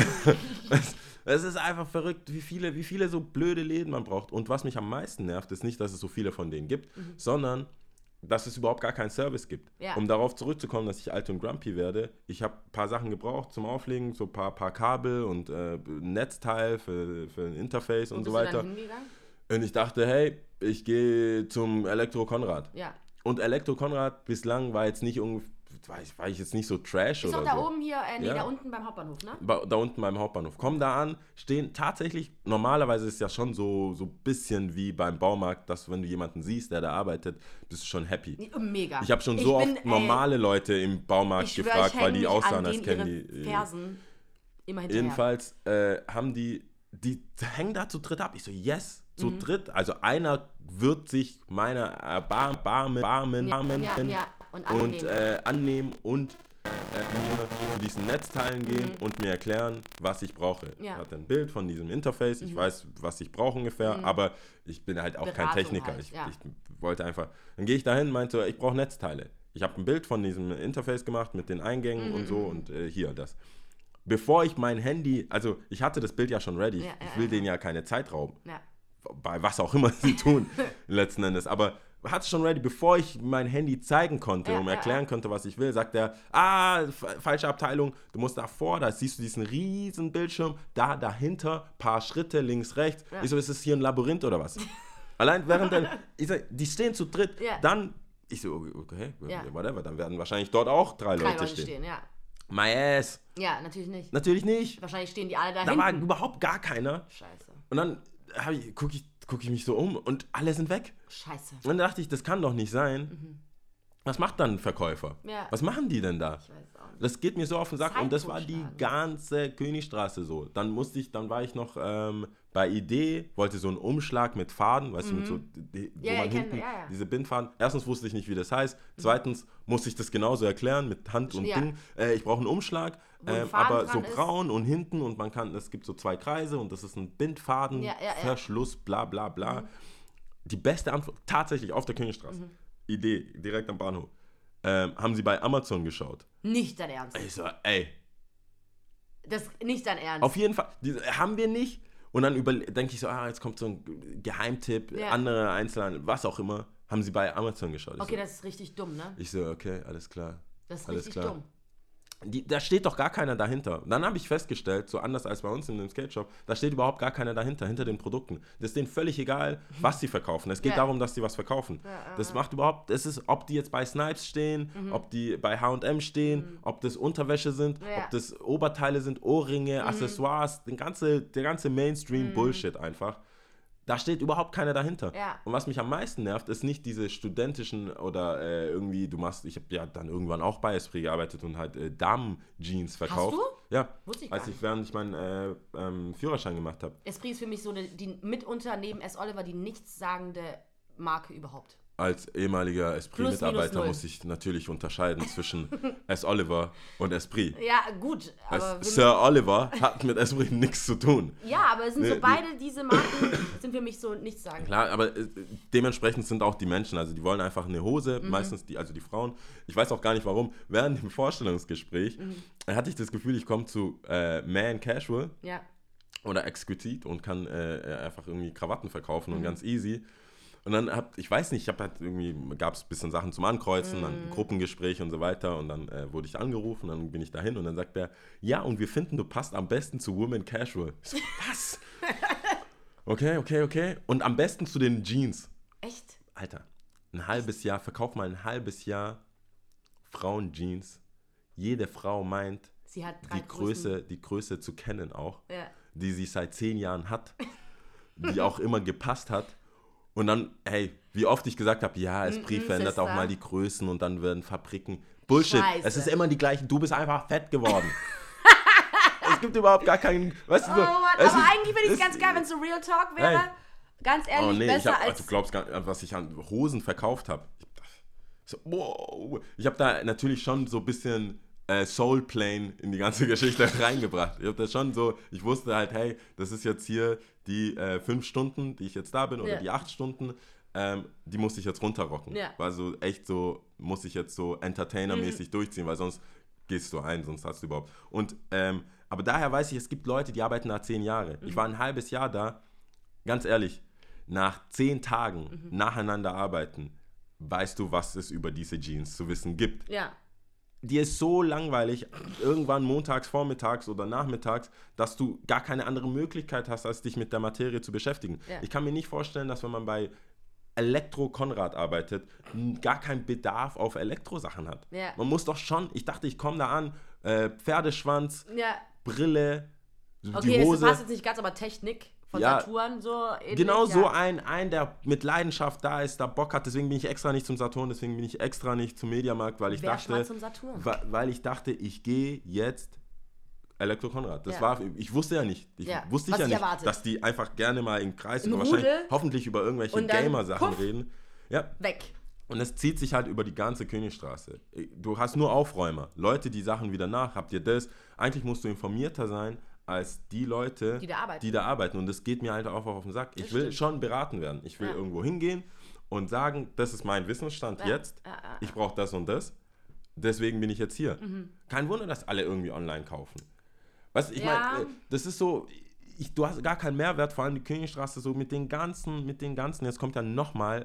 Es ist einfach verrückt, wie viele, wie viele so blöde Läden man braucht. Und was mich am meisten nervt, ist nicht, dass es so viele von denen gibt, mhm. sondern dass es überhaupt gar keinen Service gibt. Ja. Um darauf zurückzukommen, dass ich alt und grumpy werde, ich habe ein paar Sachen gebraucht zum Auflegen, so ein paar, paar Kabel und äh, Netzteil für, für ein Interface und, und so weiter. Dann hingegangen? Und ich dachte, hey, ich gehe zum Elektro Konrad. Ja. Und Elektro Konrad bislang war jetzt nicht ungefähr, war ich, war ich jetzt nicht so trash ist oder so. Ist doch da oben hier, äh, nee, ja. da unten beim Hauptbahnhof, ne? Ba- da unten beim Hauptbahnhof. Komm da an, stehen tatsächlich, normalerweise ist es ja schon so so ein bisschen wie beim Baumarkt, dass wenn du jemanden siehst, der da arbeitet, bist du schon happy. Mega. Ich habe schon so bin, oft normale ey, Leute im Baumarkt schwör, gefragt, weil die aussahen, als kennen die. Fersen immer hinterher. Jedenfalls äh, haben die, die hängen da zu dritt ab. Ich so, yes, zu mhm. dritt. Also einer wird sich meiner erbarmen, barmen, barmen, ja, barmen ja, ja. und annehmen und, äh, annehmen und äh, zu diesen Netzteilen gehen mhm. und mir erklären, was ich brauche. Ja. Ich hatte ein Bild von diesem Interface, ich mhm. weiß, was ich brauche ungefähr, mhm. aber ich bin halt auch Beratung kein Techniker. Halt, ich, ja. ich wollte einfach, dann gehe ich dahin, meinte, ich brauche Netzteile. Ich habe ein Bild von diesem Interface gemacht mit den Eingängen mhm. und so und äh, hier das. Bevor ich mein Handy, also ich hatte das Bild ja schon ready, ja, ich ja, will ja. denen ja keine Zeit rauben. Ja. Bei was auch immer sie tun, letzten Endes. Aber hat es schon ready, bevor ich mein Handy zeigen konnte, Ja, um ja, erklären ja. konnte, was ich will, sagt er, ah, f- falsche Abteilung, du musst davor, da siehst du diesen riesen Bildschirm, da dahinter, paar Schritte, links, rechts. Ja. Ich so, ist es hier ein Labyrinth oder was? Allein während der, ich sag, die stehen zu dritt, Ja. dann, ich so, okay, Ja. whatever, dann werden wahrscheinlich dort auch drei, Drei Leute Leute stehen. stehen, ja. My ass. Ja, natürlich nicht. Natürlich nicht. Wahrscheinlich stehen die alle da Da war hinten. überhaupt gar keiner. Scheiße. Und dann ich, gucke ich, guck ich mich so um und alle sind weg. Scheiße. Und dann dachte ich, das kann doch nicht sein. Was macht dann ein Verkäufer? Ja. Was machen die denn da? Ich weiß auch nicht. Das geht mir so auf den Sack. Zeit Und das war die totschlagen. ganze Königstraße so. Dann musste ich, dann war ich noch ähm, bei Idee, wollte so einen Umschlag mit Faden, weißt du, mit so, die, wo Ja, ja, man ich kenn- hinten, ja, ja. diese Bindfaden. Erstens wusste ich nicht, wie das heißt. Zweitens musste ich das genauso erklären mit Hand und Ja. Ding. Äh, ich brauche einen Umschlag, Wo ein ähm, Faden aber so dran ist. braun und hinten und man kann, es gibt so zwei Kreise und das ist ein Bindfaden, Ja, ja, ja. Verschluss, bla bla bla. Die beste Antwort, tatsächlich auf der Königstraße. Mhm. Idee, direkt am Bahnhof. Ähm, haben sie bei Amazon geschaut. Nicht dein Ernst. Ich so, ey, Das nicht dein Ernst. auf jeden Fall, die, haben wir nicht. Und dann denke ich so, ah, jetzt kommt so ein Geheimtipp, Ja. andere Einzelhandel, was auch immer, haben sie bei Amazon geschaut. Ich Okay, so, das ist richtig dumm, ne? ich so, okay, alles klar. Das ist alles richtig klar. dumm. Die, da steht doch gar keiner dahinter. Dann habe ich festgestellt, so anders als bei uns in dem Skate Shop, da steht überhaupt gar keiner dahinter, hinter den Produkten. Das ist denen völlig egal, was sie verkaufen. Es geht Ja. darum, dass sie was verkaufen. Das macht überhaupt, es ist, ob die jetzt bei Snipes stehen, ob die bei H und M stehen, ob das Unterwäsche sind, Ja. ob das Oberteile sind, Ohrringe, Accessoires, den ganze, der ganze Mainstream-Bullshit einfach. Da steht überhaupt keiner dahinter. Ja. Und was mich am meisten nervt, ist nicht diese studentischen oder äh, irgendwie, du machst, ich habe ja dann irgendwann auch bei Esprit gearbeitet und halt äh, Damen-Jeans verkauft. du? Ja, Wusste ich gar als ich nicht. während ich meinen äh, ähm, Führerschein gemacht habe. Esprit ist für mich so eine, die mitunter neben S. Oliver die nichtssagende Marke überhaupt. Als ehemaliger Plus, Esprit-Mitarbeiter minus null. muss ich natürlich unterscheiden zwischen S. Oliver und Esprit. Ja, gut. Aber wir- Es, Sir Oliver hat mit Esprit nichts zu tun. ja, aber es sind Nee, so die- beide diese Marken, sind für mich so nichtssagend. Klar, aber äh, dementsprechend sind auch die Menschen, also die wollen einfach eine Hose, Mhm. meistens die, also die Frauen. Ich weiß auch gar nicht warum. Während dem Vorstellungsgespräch Mhm. hatte ich das Gefühl, ich komme zu äh, Man Casual Ja. oder Exquisite und kann äh, einfach irgendwie Krawatten verkaufen Mhm. und ganz easy. Und dann hab, ich weiß nicht, ich habe halt irgendwie, gab es ein bisschen Sachen zum Ankreuzen, Mhm. dann Gruppengespräch und so weiter und dann äh, wurde ich angerufen, dann bin ich dahin und dann sagt er, ja, und wir finden, du passt am besten zu Women Casual. Ich so, was? Okay, okay, okay. Und am besten zu den Jeans. Echt? Alter, ein halbes Jahr, verkauf mal ein halbes Jahr Frauenjeans. Jede Frau meint, Sie hat drei die Größe, die Größe zu kennen auch, Ja. die sie seit zehn Jahren hat, die auch immer gepasst hat. Und dann, hey, wie oft ich gesagt habe, ja, Esprit Mm-mm, verändert auch Sister. mal die Größen und dann werden Fabriken. Bullshit, Scheiße. es ist immer die gleichen, du bist einfach fett geworden. Es gibt überhaupt gar keinen, weißt du, Oh so, Mann, es aber ist- eigentlich finde ich es es- ganz geil, wenn es so Real Talk wäre. Hey. Ganz ehrlich, Oh nee, ich besser hab, als... also, du glaubst gar nicht, was ich an Hosen verkauft habe. So, wow. Ich habe da natürlich schon so ein bisschen äh, Soulplane in die ganze Geschichte reingebracht. Ich habe das schon so, ich wusste halt, hey, das ist jetzt hier die äh, fünf Stunden, die ich jetzt da bin, oder Ja. die acht Stunden, ähm, die muss ich jetzt runterrocken. Ja. War so echt so, muss ich jetzt so entertainermäßig Mhm. durchziehen, weil sonst gehst du ein, sonst hast du überhaupt. Und, ähm, aber daher weiß ich, es gibt Leute, die arbeiten da zehn Jahre. Mhm. Ich war ein halbes Jahr da, ganz ehrlich, nach zehn Tagen Mhm. nacheinander arbeiten, weißt du, was es über diese Jeans zu wissen gibt. Ja. Die ist so langweilig, irgendwann montags, vormittags oder nachmittags, dass du gar keine andere Möglichkeit hast, als dich mit der Materie zu beschäftigen. Ja. Ich kann mir nicht vorstellen, dass wenn man bei Elektro Konrad arbeitet, n- gar keinen Bedarf auf Elektrosachen hat. Ja. Man muss doch schon, ich dachte, ich komme da an, äh, Pferdeschwanz, Ja. Brille, Okay, die das Hose. passt jetzt nicht ganz, aber Technik von Ja, Saturn so ähnlich. Genau ja. so ein, ein, der mit Leidenschaft da ist, da Bock hat. Deswegen bin ich extra nicht zum Saturn, deswegen bin ich extra nicht zum Mediamarkt, weil ich Wärst mal dachte, zum Saturn. wa- weil ich dachte, ich gehe jetzt Elektro Konrad. Das Ja. war, ich wusste ja nicht, ich Ja, wusste ich was ja dich nicht, erwartet. dass die einfach gerne mal im Kreis Im oder wahrscheinlich Rudel. hoffentlich über irgendwelche Und dann Gamer-Sachen puff. reden. Ja, Weg. und es zieht sich halt über die ganze Königstraße. Du hast nur Aufräumer, Leute, die Sachen wieder nach. Habt ihr das? Eigentlich musst du informierter sein als die Leute, Die da arbeiten. die da arbeiten. Und das geht mir halt auch auf den Sack. Ich Das will stimmt. schon beraten werden. Ich will Ja. irgendwo hingehen und sagen, das ist mein Wissensstand Ja. jetzt. Ja, ja, ja. Ich brauche das und das. Deswegen bin ich jetzt hier. Mhm. Kein Wunder, dass alle irgendwie online kaufen. Weißt du, ich Ja. meine, das ist so, ich, du hast gar keinen Mehrwert, vor allem die Königstraße so mit den ganzen, mit den ganzen, jetzt kommt ja nochmal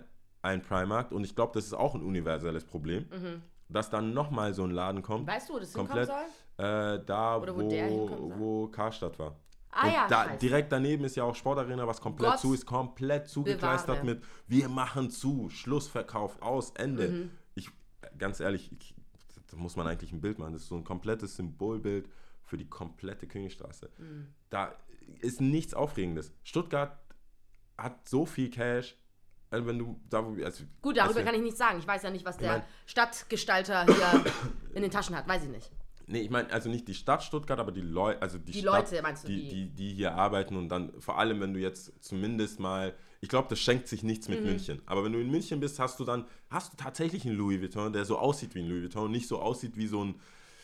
ein Primark und ich glaube, das ist auch ein universelles Problem, mhm. dass dann nochmal so ein Laden kommt. Weißt du, wo das komplett, hinkommen soll? Äh, da, Oder wo, wo, der hinkommen soll? wo Karstadt war. Ah und ja, da, scheiße. direkt daneben ist ja auch Sportarena, was komplett Gott zu ist, komplett zugekleistert bewahre. mit wir machen zu, Schlussverkauf, aus, Ende. Mhm. Ich, ganz ehrlich, ich, da muss man eigentlich ein Bild machen. Das ist so ein komplettes Symbolbild für die komplette Königstraße. Mhm. Da ist nichts Aufregendes. Stuttgart hat so viel Cash, also wenn du da, also, Gut, darüber also, kann ich nichts sagen. Ich weiß ja nicht, was der ich mein, Stadtgestalter hier in den Taschen hat. Weiß ich nicht. Nee, ich meine, also nicht die Stadt Stuttgart, aber die Leute, also die, die Stadt, Leute, meinst du, die, die? die, die hier arbeiten und dann, vor allem, wenn du jetzt zumindest mal, ich glaube, das schenkt sich nichts mit mhm. München, aber wenn du in München bist, hast du dann, hast du tatsächlich einen Louis Vuitton, der so aussieht wie ein Louis Vuitton, nicht so aussieht wie so ein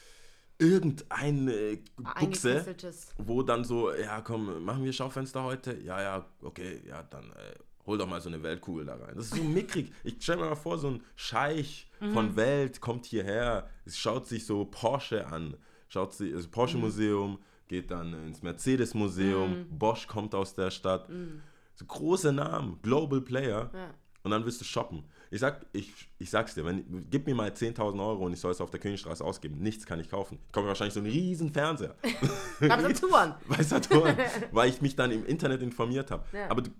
irgendein äh, Buchse, wo dann so, ja komm, machen wir Schaufenster heute? Ja, ja, okay, ja, dann äh, hol doch mal so eine Weltkugel da rein. Das ist so mickrig. Ich stell mir mal vor, so ein Scheich mhm. von Welt kommt hierher, es schaut sich so Porsche an, schaut sich, also Porsche mhm. Museum, geht dann ins Mercedes Museum, mhm. Bosch kommt aus der Stadt. Mhm. So große Namen, Global Player. Ja. Und dann willst du shoppen. Ich sag, ich, ich sag's dir, wenn, gib mir mal zehntausend Euro und ich soll es auf der Königstraße ausgeben. Nichts kann ich kaufen. Ich kaufe wahrscheinlich so einen riesen Fernseher. Bei Saturn. Bei Saturn. Weil ich mich dann im Internet informiert habe. Ja. Aber du,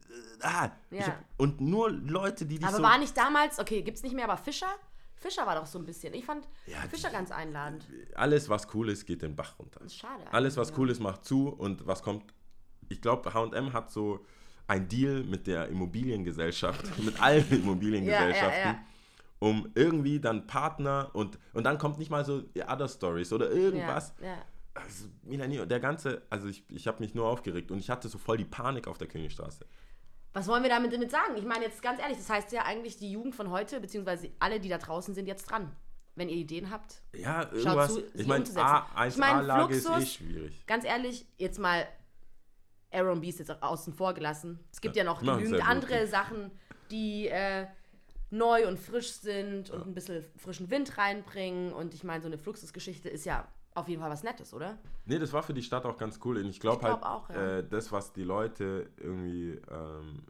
ah, ja. hab, und nur Leute, die dich aber so... war nicht damals, okay, gibt's nicht mehr, aber Fischer? Fischer war doch so ein bisschen. Ich fand ja, Fischer die, ganz einladend. Alles, was cool ist, geht den Bach runter. Das ist schade. Alles, was cool ist, macht zu und was kommt... Ich glaube, H und M hat so ein Deal mit der Immobiliengesellschaft, mit allen Immobiliengesellschaften, ja, ja, ja. um irgendwie dann Partner und, und dann kommt nicht mal so Other Stories oder irgendwas. Ja, ja. Also, Melanie, der ganze, also ich, ich habe mich nur aufgeregt und ich hatte so voll die Panik auf der Königstraße. Was wollen wir damit, damit sagen? Ich meine jetzt ganz ehrlich, das heißt ja eigentlich, die Jugend von heute, beziehungsweise alle, die da draußen sind, jetzt dran. Wenn ihr Ideen habt, ja, irgendwas, schaut zu, ich meine, eins A-Lage ist eh schwierig. Ganz ehrlich, jetzt mal Aaron B ist jetzt auch außen vor gelassen. Es gibt ja, ja noch genügend andere Sachen, die äh, neu und frisch sind und ja. ein bisschen frischen Wind reinbringen. Und ich meine, so eine Fluxusgeschichte ist ja auf jeden Fall was Nettes, oder? Nee, das war für die Stadt auch ganz cool. Und ich glaube glaub halt, auch, ja. äh, das, was die Leute irgendwie ähm,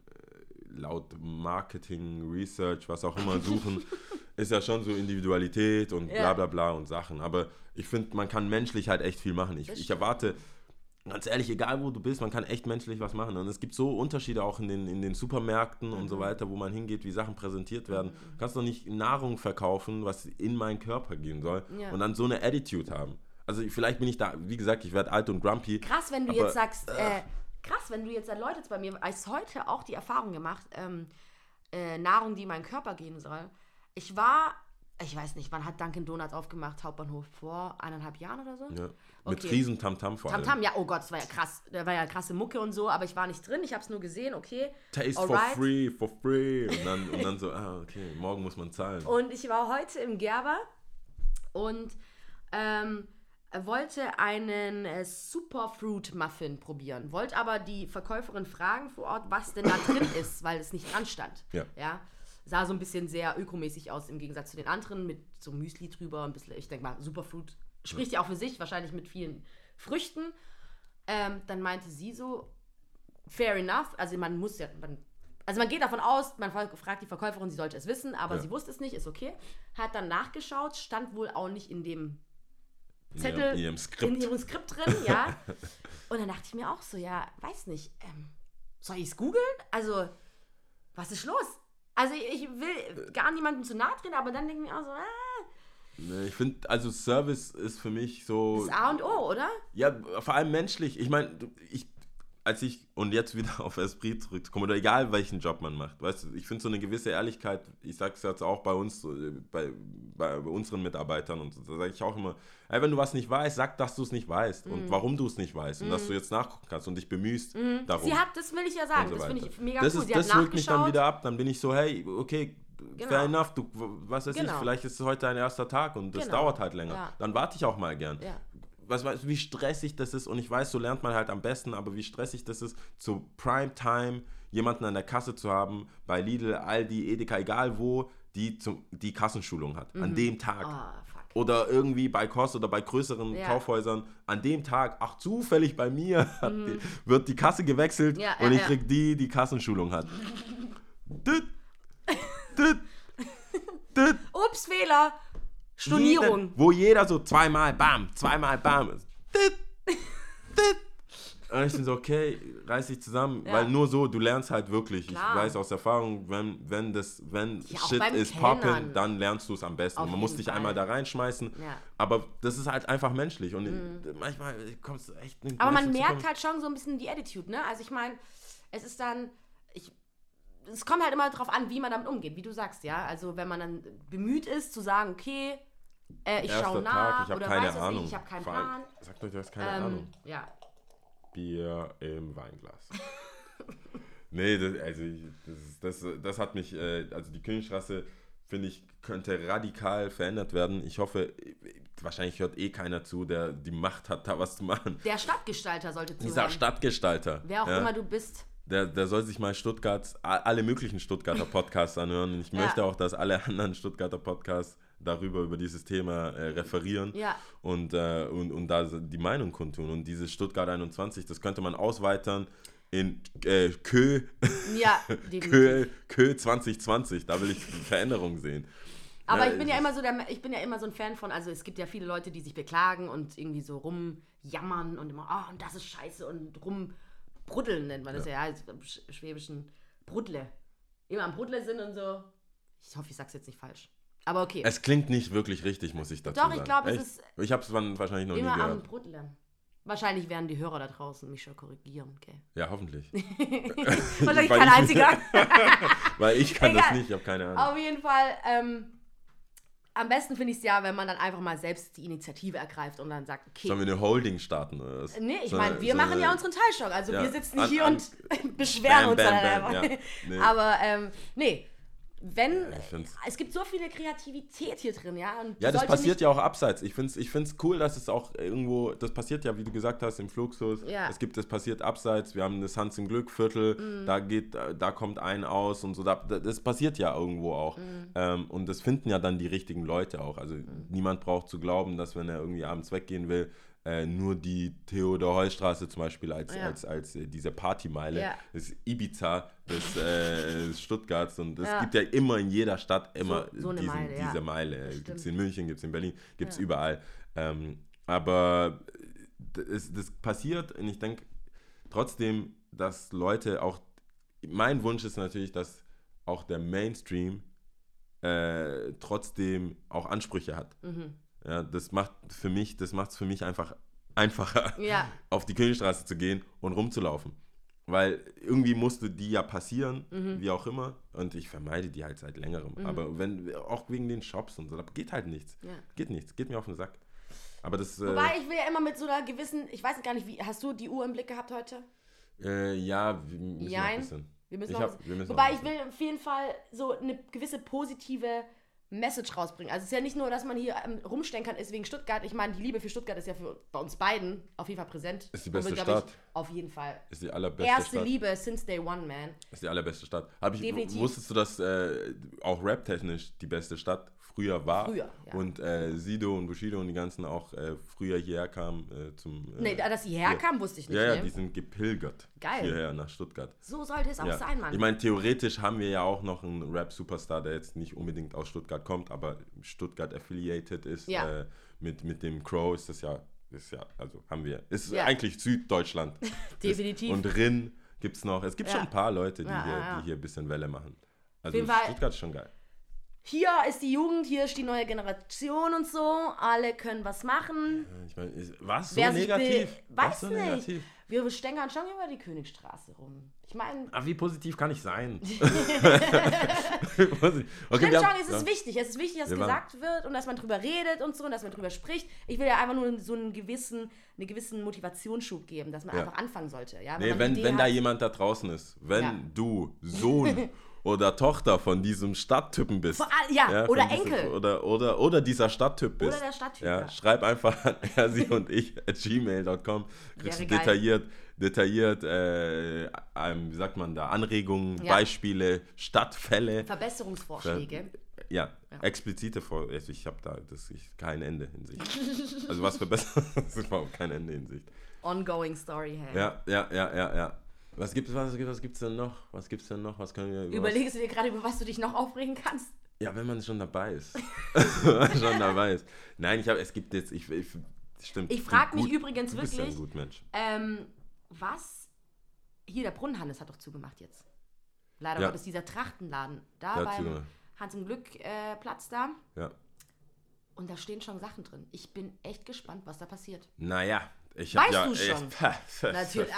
laut Marketing, Research, was auch immer suchen, ist ja schon so Individualität und bla bla bla und Sachen. Aber ich finde, man kann menschlich halt echt viel machen. Ich, ich erwarte... Ganz ehrlich, egal wo du bist, man kann echt menschlich was machen. Und es gibt so Unterschiede auch in den, in den Supermärkten mhm. und so weiter, wo man hingeht, wie Sachen präsentiert werden. Mhm. Du kannst doch nicht Nahrung verkaufen, was in meinen Körper gehen soll ja. und dann so eine Attitude haben. Also vielleicht bin ich da, wie gesagt, ich werde alt und grumpy. Krass, wenn du aber, jetzt sagst, äh, krass, wenn du jetzt Leute jetzt bei mir, als heute auch die Erfahrung gemacht, ähm, äh, Nahrung, die in meinen Körper gehen soll. Ich war... Ich weiß nicht, wann hat Dunkin' Donuts aufgemacht, Hauptbahnhof? Vor eineinhalb Jahren oder so? Ja, mit okay. riesen Tamtam vor allem. Tamtam, ja, oh Gott, das war ja krass. Da war ja krasse Mucke und so, aber ich war nicht drin, ich habe es nur gesehen, okay. Taste alright. for free, for free. Und dann, und dann so, ah, okay, morgen muss man zahlen. Und ich war heute im Gerber und ähm, wollte einen äh, Superfruit Muffin probieren. Wollte aber die Verkäuferin fragen vor Ort, was denn da drin ist, weil es nicht dran stand. Ja. ja. Sah so ein bisschen sehr ökomäßig aus im Gegensatz zu den anderen, mit so Müsli drüber, ein bisschen, ich denke mal, Superfruit spricht ja auch für sich, wahrscheinlich mit vielen Früchten. Ähm, dann meinte sie so, fair enough, also man muss ja, man, also man geht davon aus, man fragt die Verkäuferin, sie sollte es wissen, aber ja. sie wusste es nicht, ist okay. Hat dann nachgeschaut, stand wohl auch nicht in dem Zettel, in ihrem Skript, in ihrem Skript drin, ja. Und dann dachte ich mir auch so, ja, weiß nicht, ähm, soll ich es googeln? Also, was ist los? Also ich will gar niemandem zu nahe treten, aber dann denke ich mir auch so, ah. Ich finde, also Service ist für mich so... Das A und O, oder? Ja, vor allem menschlich. Ich meine, ich, als ich, und jetzt wieder auf Esprit zurückzukommen, oder egal welchen Job man macht, weißt du, ich finde so eine gewisse Ehrlichkeit, ich sage es jetzt auch bei uns, bei, bei unseren Mitarbeitern und so, da sage ich auch immer, ey, wenn du was nicht weißt, sag, dass du es nicht weißt mm. und warum du es nicht weißt mm. und dass du jetzt nachgucken kannst und dich bemühst mm. darum. Sie hat, das will ich ja sagen, so das finde ich mega das cool, ist, sie das hat holt mich dann wieder ab, dann bin ich so, hey, okay, genau. fair enough, du, was weiß genau. ich, vielleicht ist es heute dein erster Tag und das genau. dauert halt länger, ja. dann warte ich auch mal gern. Ja. Was, was, wie stressig das ist und ich weiß, so lernt man halt am besten, aber wie stressig das ist, zu Primetime jemanden an der Kasse zu haben, bei Lidl, Aldi, Edeka, egal wo, die, zum, die Kassenschulung hat, mhm. an dem Tag. Oh, fuck. Oder irgendwie bei Kost oder bei größeren ja. Kaufhäusern, an dem Tag, ach zufällig bei mir, mhm. die, wird die Kasse gewechselt ja, und ja, ich krieg die, die Kassenschulung hat. dit, dit. Ups, Fehler. Stornierung. Jeder, wo jeder so zweimal bam, zweimal bam ist. Dit, dit. Und ich bin so, okay, reiß dich zusammen, ja. weil nur so, du lernst halt wirklich. Klar. Ich weiß aus Erfahrung, wenn, wenn das, wenn ja, Shit ist poppin', dann lernst du es am besten. Und man muss dich Fall. einmal da reinschmeißen. Ja. Aber das ist halt einfach menschlich. Und mhm. manchmal kommst du echt nicht. Aber man merkt halt schon so ein bisschen die Attitude, ne? Also ich meine, es ist dann, ich, es kommt halt immer darauf an, wie man damit umgeht, wie du sagst, ja. Also wenn man dann bemüht ist, zu sagen, okay, äh, ich schaue nach, ich oder keine weiß Ahnung. Ich, ich habe keinen Plan. Sagt euch, du hast keine ähm, Ahnung. Ja. Bier im Weinglas. nee, das, also das, das, das hat mich, äh, also die Königstraße, finde ich, könnte radikal verändert werden. Ich hoffe, wahrscheinlich hört eh keiner zu, der die Macht hat, da was zu machen. Der Stadtgestalter sollte zuhören. Dieser Stadtgestalter. Wer auch ja, immer du bist. Der, der soll sich mal Stuttgart, alle möglichen Stuttgarter Podcasts anhören. Und ich ja. möchte auch, dass alle anderen Stuttgarter Podcasts darüber, über dieses Thema äh, referieren ja. und, äh, und, und da die Meinung kundtun. Und dieses Stuttgart einundzwanzig, das könnte man ausweitern in äh, Kö, ja, Kö, Kö zwanzig zwanzig, da will ich Veränderungen sehen. Aber ja, ich bin ja immer so der, ich bin ja immer so ein Fan von, also es gibt ja viele Leute, die sich beklagen und irgendwie so rumjammern und immer, ah, oh, und das ist scheiße und rumbruddeln nennt man das ja, ja im Schwäbischen Brudle. Immer am Brudle sind und so. Ich hoffe, ich sag's jetzt nicht falsch. Aber okay. Es klingt nicht wirklich richtig, muss ich dazu Doch, sagen. ich glaube, es ist Ich habe es wahrscheinlich noch nie immer gehört. am Brudle. Wahrscheinlich werden die Hörer da draußen mich schon korrigieren, okay? Ja, hoffentlich. Wahrscheinlich kein einziger. Weil ich kann Egal. das nicht, ich habe keine Ahnung. Auf jeden Fall, ähm, am besten finde ich es ja, wenn man dann einfach mal selbst die Initiative ergreift und dann sagt, okay. Sollen wir eine Holding starten oder was? Nee, ich so meine, wir so machen eine, ja unseren Teilstock. Also ja, wir sitzen an, hier an, und beschweren bam, uns bam, dann bam, einfach. ja, nee. Aber, ähm, nee. Wenn, ja, es gibt so viele Kreativität hier drin, ja. Und ja, das passiert ja auch abseits. Ich finde es ich find's cool, dass es auch irgendwo, das passiert ja, wie du gesagt hast, im Fluxus. Ja. Es gibt, das passiert abseits. Wir haben das Hans im Glück Viertel, mm. da geht, da kommt ein aus und so. Da, das passiert ja irgendwo auch. Mm. Ähm, und das finden ja dann die richtigen Leute auch. Also mm. niemand braucht zu glauben, dass wenn er irgendwie abends weggehen will, Äh, nur die Theodor-Heuss-Straße zum Beispiel als, ja. als, als äh, diese Partymeile, ja. das Ibiza des äh, Stuttgarts und es ja. gibt ja immer in jeder Stadt immer so, so diesen, Meile, diese ja. Meile. Gibt es in München, gibt es in Berlin, gibt es ja. überall. Ähm, aber das, das passiert und ich denke trotzdem, dass Leute auch, mein Wunsch ist natürlich, dass auch der Mainstream äh, trotzdem auch Ansprüche hat. Mhm. Ja, das macht für mich, das macht es für mich einfach einfacher, ja. auf die Königstraße zu gehen und rumzulaufen. Weil irgendwie musste die ja passieren, mhm. wie auch immer. Und ich vermeide die halt seit längerem. Mhm. Aber wenn, auch wegen den Shops und so, da geht halt nichts. Ja. Geht nichts, geht mir auf den Sack. Aber das, Wobei, äh, ich will ja immer mit so einer gewissen, ich weiß gar nicht, wie, hast du die Uhr im Blick gehabt heute? Äh, ja, wir müssen noch ein bisschen. Wir müssen ich noch hab, wir müssen Wobei, noch ich will auf jeden Fall so eine gewisse positive Message rausbringen. Also es ist ja nicht nur, dass man hier ähm, rumstenkern ist wegen Stuttgart. Ich meine, die Liebe für Stuttgart ist ja für bei uns beiden auf jeden Fall präsent. Ist die beste wir, Stadt. Ich, auf jeden Fall. Ist die allerbeste Erste Stadt. Liebe since day one, man. Ist die allerbeste Stadt. Hab ich, Definitiv. Wusstest du, dass äh, auch rap-technisch die beste Stadt früher war? Früher, ja. Und äh, Sido und Bushido und die ganzen auch äh, früher hierher kamen äh, zum... Äh, nee, dass sie hierher kamen, wusste ich nicht. Ja, ja, ne? die sind gepilgert. Geil. Hierher nach Stuttgart. So sollte es auch ja. sein, Mann. Ich meine, theoretisch haben wir ja auch noch einen Rap-Superstar, der jetzt nicht unbedingt aus Stuttgart kommt, aber Stuttgart affiliated ist. Ja. Äh, mit, mit dem Crow ist das ja, ist ja, also haben wir. Ist ja. eigentlich Süddeutschland. Definitiv. Ist, und Rin gibt es noch. Es gibt ja. schon ein paar Leute, die, ja, hier, ja. die hier ein bisschen Welle machen. Also Auf jeden Fall. Stuttgart ist schon geil. Hier ist die Jugend, hier ist die neue Generation und so. Alle können was machen. Ich meine, was so Wer negativ? Will, was weiß so nicht. negativ? Wir stänkern schon über die Königstraße rum. Ich meine... Aber wie positiv kann ich sein? okay, Stimmt schon, haben, es ist ja. wichtig. Es ist wichtig, dass wir gesagt waren. wird und dass man drüber redet und so und dass man drüber spricht. Ich will ja einfach nur so einen gewissen, einen gewissen Motivationsschub geben, dass man ja. einfach anfangen sollte. Ja? Wenn, nee, wenn, wenn da jemand da draußen ist, wenn ja. du Sohn oder Tochter von diesem Stadttypen bist. Vor, ja, ja, oder Enkel. Diesem, oder, oder, oder dieser Stadttyp bist. Oder der Stadttyp. Ja, schreib einfach an ersi und ich at gmail dot com. Kriegst du detailliert, detailliert äh, ähm, wie sagt man da, Anregungen, ja. Beispiele, Stadtfälle. Verbesserungsvorschläge. Ja, ja. explizite Vor... Also ich habe da das, ich, kein Ende in Sicht. Also was verbessern, das war auch kein Ende in Sicht. Ongoing Story, hey. Ja, ja, ja, ja, ja. Was gibt's, was, was gibt's denn noch? Was gibt's denn noch? Was können wir über Überlegst du dir gerade, über was du dich noch aufregen kannst? Ja, wenn man schon dabei ist. Wenn man schon dabei ist. Nein, ich habe, es gibt jetzt, ich, ich stimmt. Ich frage mich gut, übrigens du bist ja wirklich, ein gut Mensch. ähm, was, hier der Brunnenhannes hat doch zugemacht jetzt. Leider Ja. Gottes, dieser Trachtenladen, da Der hat beim zugemacht. Hans im Glück äh, Platz da. Ja. Und da stehen schon Sachen drin. Ich bin echt gespannt, was da passiert. Naja, ich habe Weißt ja... du schon? Ich, Natürlich.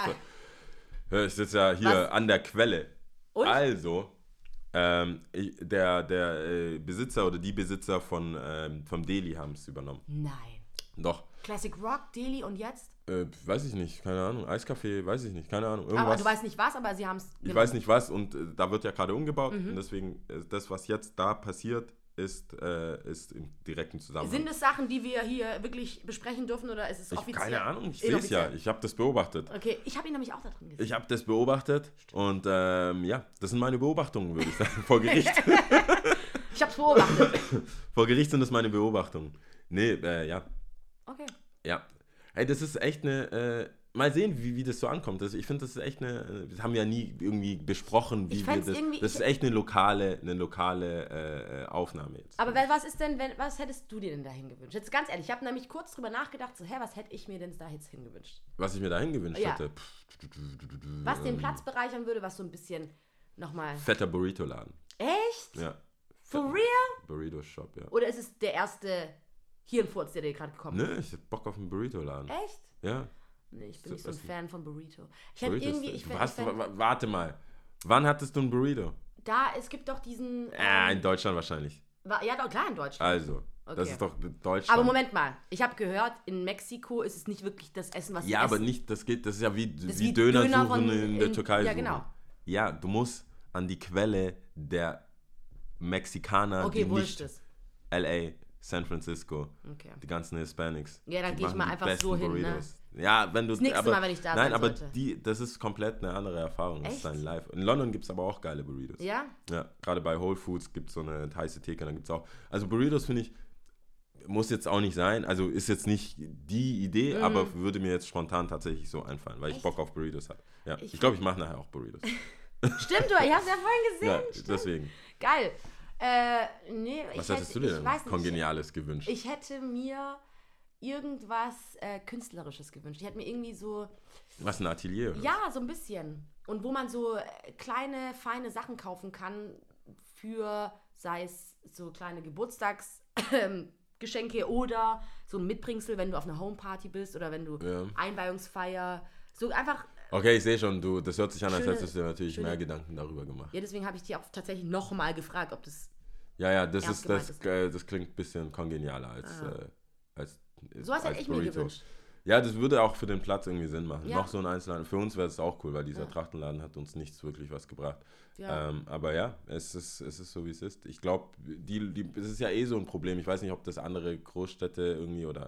ich sitze ja hier Was? an der Quelle. Und? Also, ähm, ich, der, der äh, Besitzer oder die Besitzer von, ähm, vom Deli haben es übernommen. Nein. Doch. Classic Rock, Deli und jetzt? Äh, weiß ich nicht, keine Ahnung. Eiskaffee, weiß ich nicht, keine Ahnung. Aber Irgendwas. du weißt nicht was, aber sie haben es Ich weiß nicht was und äh, da wird ja gerade umgebaut Mhm. und deswegen äh, das, was jetzt da passiert, ist, äh, ist im direkten Zusammenhang. Sind es Sachen, die wir hier wirklich besprechen dürfen oder ist es ich, offiziell? keine Ahnung, ich sehe es ja. Inoffiziell? Ich habe das beobachtet. Okay, ich habe ihn nämlich auch da drin gesehen. Ich habe das beobachtet und ähm, ja, das sind meine Beobachtungen, würde ich sagen. Vor Gericht. Ich habe es beobachtet. Vor Gericht sind das meine Beobachtungen. Nee, äh, ja. Okay. Ja. Hey, das ist echt eine. Äh, mal sehen, wie, wie das so ankommt. Das, ich finde, das ist echt eine. Das haben wir ja nie irgendwie besprochen, wie Ich wir fänd's das. irgendwie- Das ist echt eine lokale, eine lokale äh, äh, Aufnahme jetzt. Aber wer- was ist denn, wenn, was hättest du dir denn dahin gewünscht? Jetzt ganz ehrlich, ich habe nämlich kurz drüber nachgedacht, so, hä, was hätte ich mir denn da jetzt hingewünscht? Was ich mir dahin gewünscht Ja. hätte. Was den Ähm, Platz bereichern würde, was so ein bisschen nochmal... Fetter Burrito-Laden. Echt? Ja. For real? Burrito-Shop, ja. Oder ist es der erste Hirnfurz, der dir gerade gekommen ist? Nö, ich hab Bock auf einen Burrito-Laden. Echt? Ja. Nee, ich bin So, nicht so ein was- Fan von Burrito. Ich hätte Burrito irgendwie... ist, Ich du fänd, hast, ich fänd, wa- warte mal. Wann hattest du einen Burrito? da, es gibt doch diesen... Ah, ähm, in Deutschland wahrscheinlich. wa- ja, doch, klar in Deutschland. Also, das Okay. ist doch Deutschland. Aber Moment mal, ich habe gehört, in Mexiko ist es nicht wirklich das Essen, was Ja, sie aber essen. nicht, das geht, das ist ja wie, ist wie, wie Döner, Döner suchen von- in der in- Türkei ja, suchen. genau. Ja, du musst an die Quelle der Mexikaner, Okay, die wo nicht ist das? L A, San Francisco, Okay. die ganzen Hispanics. Ja, dann die geh ich machen mal die einfach besten so hin, ne? Burritos. Ja, wenn du... Das nächste aber, Mal, wenn ich da Nein, sein aber sollte. die, das ist komplett eine andere Erfahrung. Das ist Echt? ein Live. In London gibt es aber auch geile Burritos. Ja? Ja, gerade bei Whole Foods gibt es so eine heiße Theke, dann gibt es auch... Also Burritos finde ich, muss jetzt auch nicht sein, also ist jetzt nicht die Idee, aber würde mir jetzt spontan tatsächlich so einfallen, weil ich Mhm. Echt? Bock auf Burritos habe. Ja, Ich ich glaube, ich mache nachher auch Burritos. Stimmt, du, ich hab's ja vorhin gesehen. Ja, stimmt. deswegen. Geil. Äh, nee, Was ich hättest hätte, du dir ich denn weiß nicht, Kongeniales gewünscht? Ich hätte mir irgendwas äh, Künstlerisches gewünscht. Ich hätte mir irgendwie so, Was, ein Atelier? Oder? ja, so ein bisschen. Und wo man so äh, kleine, feine Sachen kaufen kann für, sei es so kleine Geburtstagsgeschenke oder so ein Mitbringsel, wenn du auf einer Homeparty bist oder wenn du Ja. Einweihungsfeier, so einfach, Okay, ich sehe schon, du, das hört sich an, als Schöne- hättest du dir natürlich schöne- mehr Gedanken darüber gemacht. ja, deswegen habe ich dir auch tatsächlich nochmal gefragt, ob das, Ja, ja, das Ernst ist das, gemeint äh, das klingt ein bisschen kongenialer als, Ah. äh, als sowas hätte als ich mir Burrito. gewünscht. Ja, das würde auch für den Platz irgendwie Sinn machen. Ja. Noch so ein Einzelladen. Für uns wäre es auch cool, weil dieser Ja. Trachtenladen hat uns nichts wirklich was gebracht. Ja. Ähm, aber ja, es ist, es ist so, wie es ist. Ich glaube, die, die, es ist ja eh so ein Problem. Ich weiß nicht, ob das andere Großstädte irgendwie oder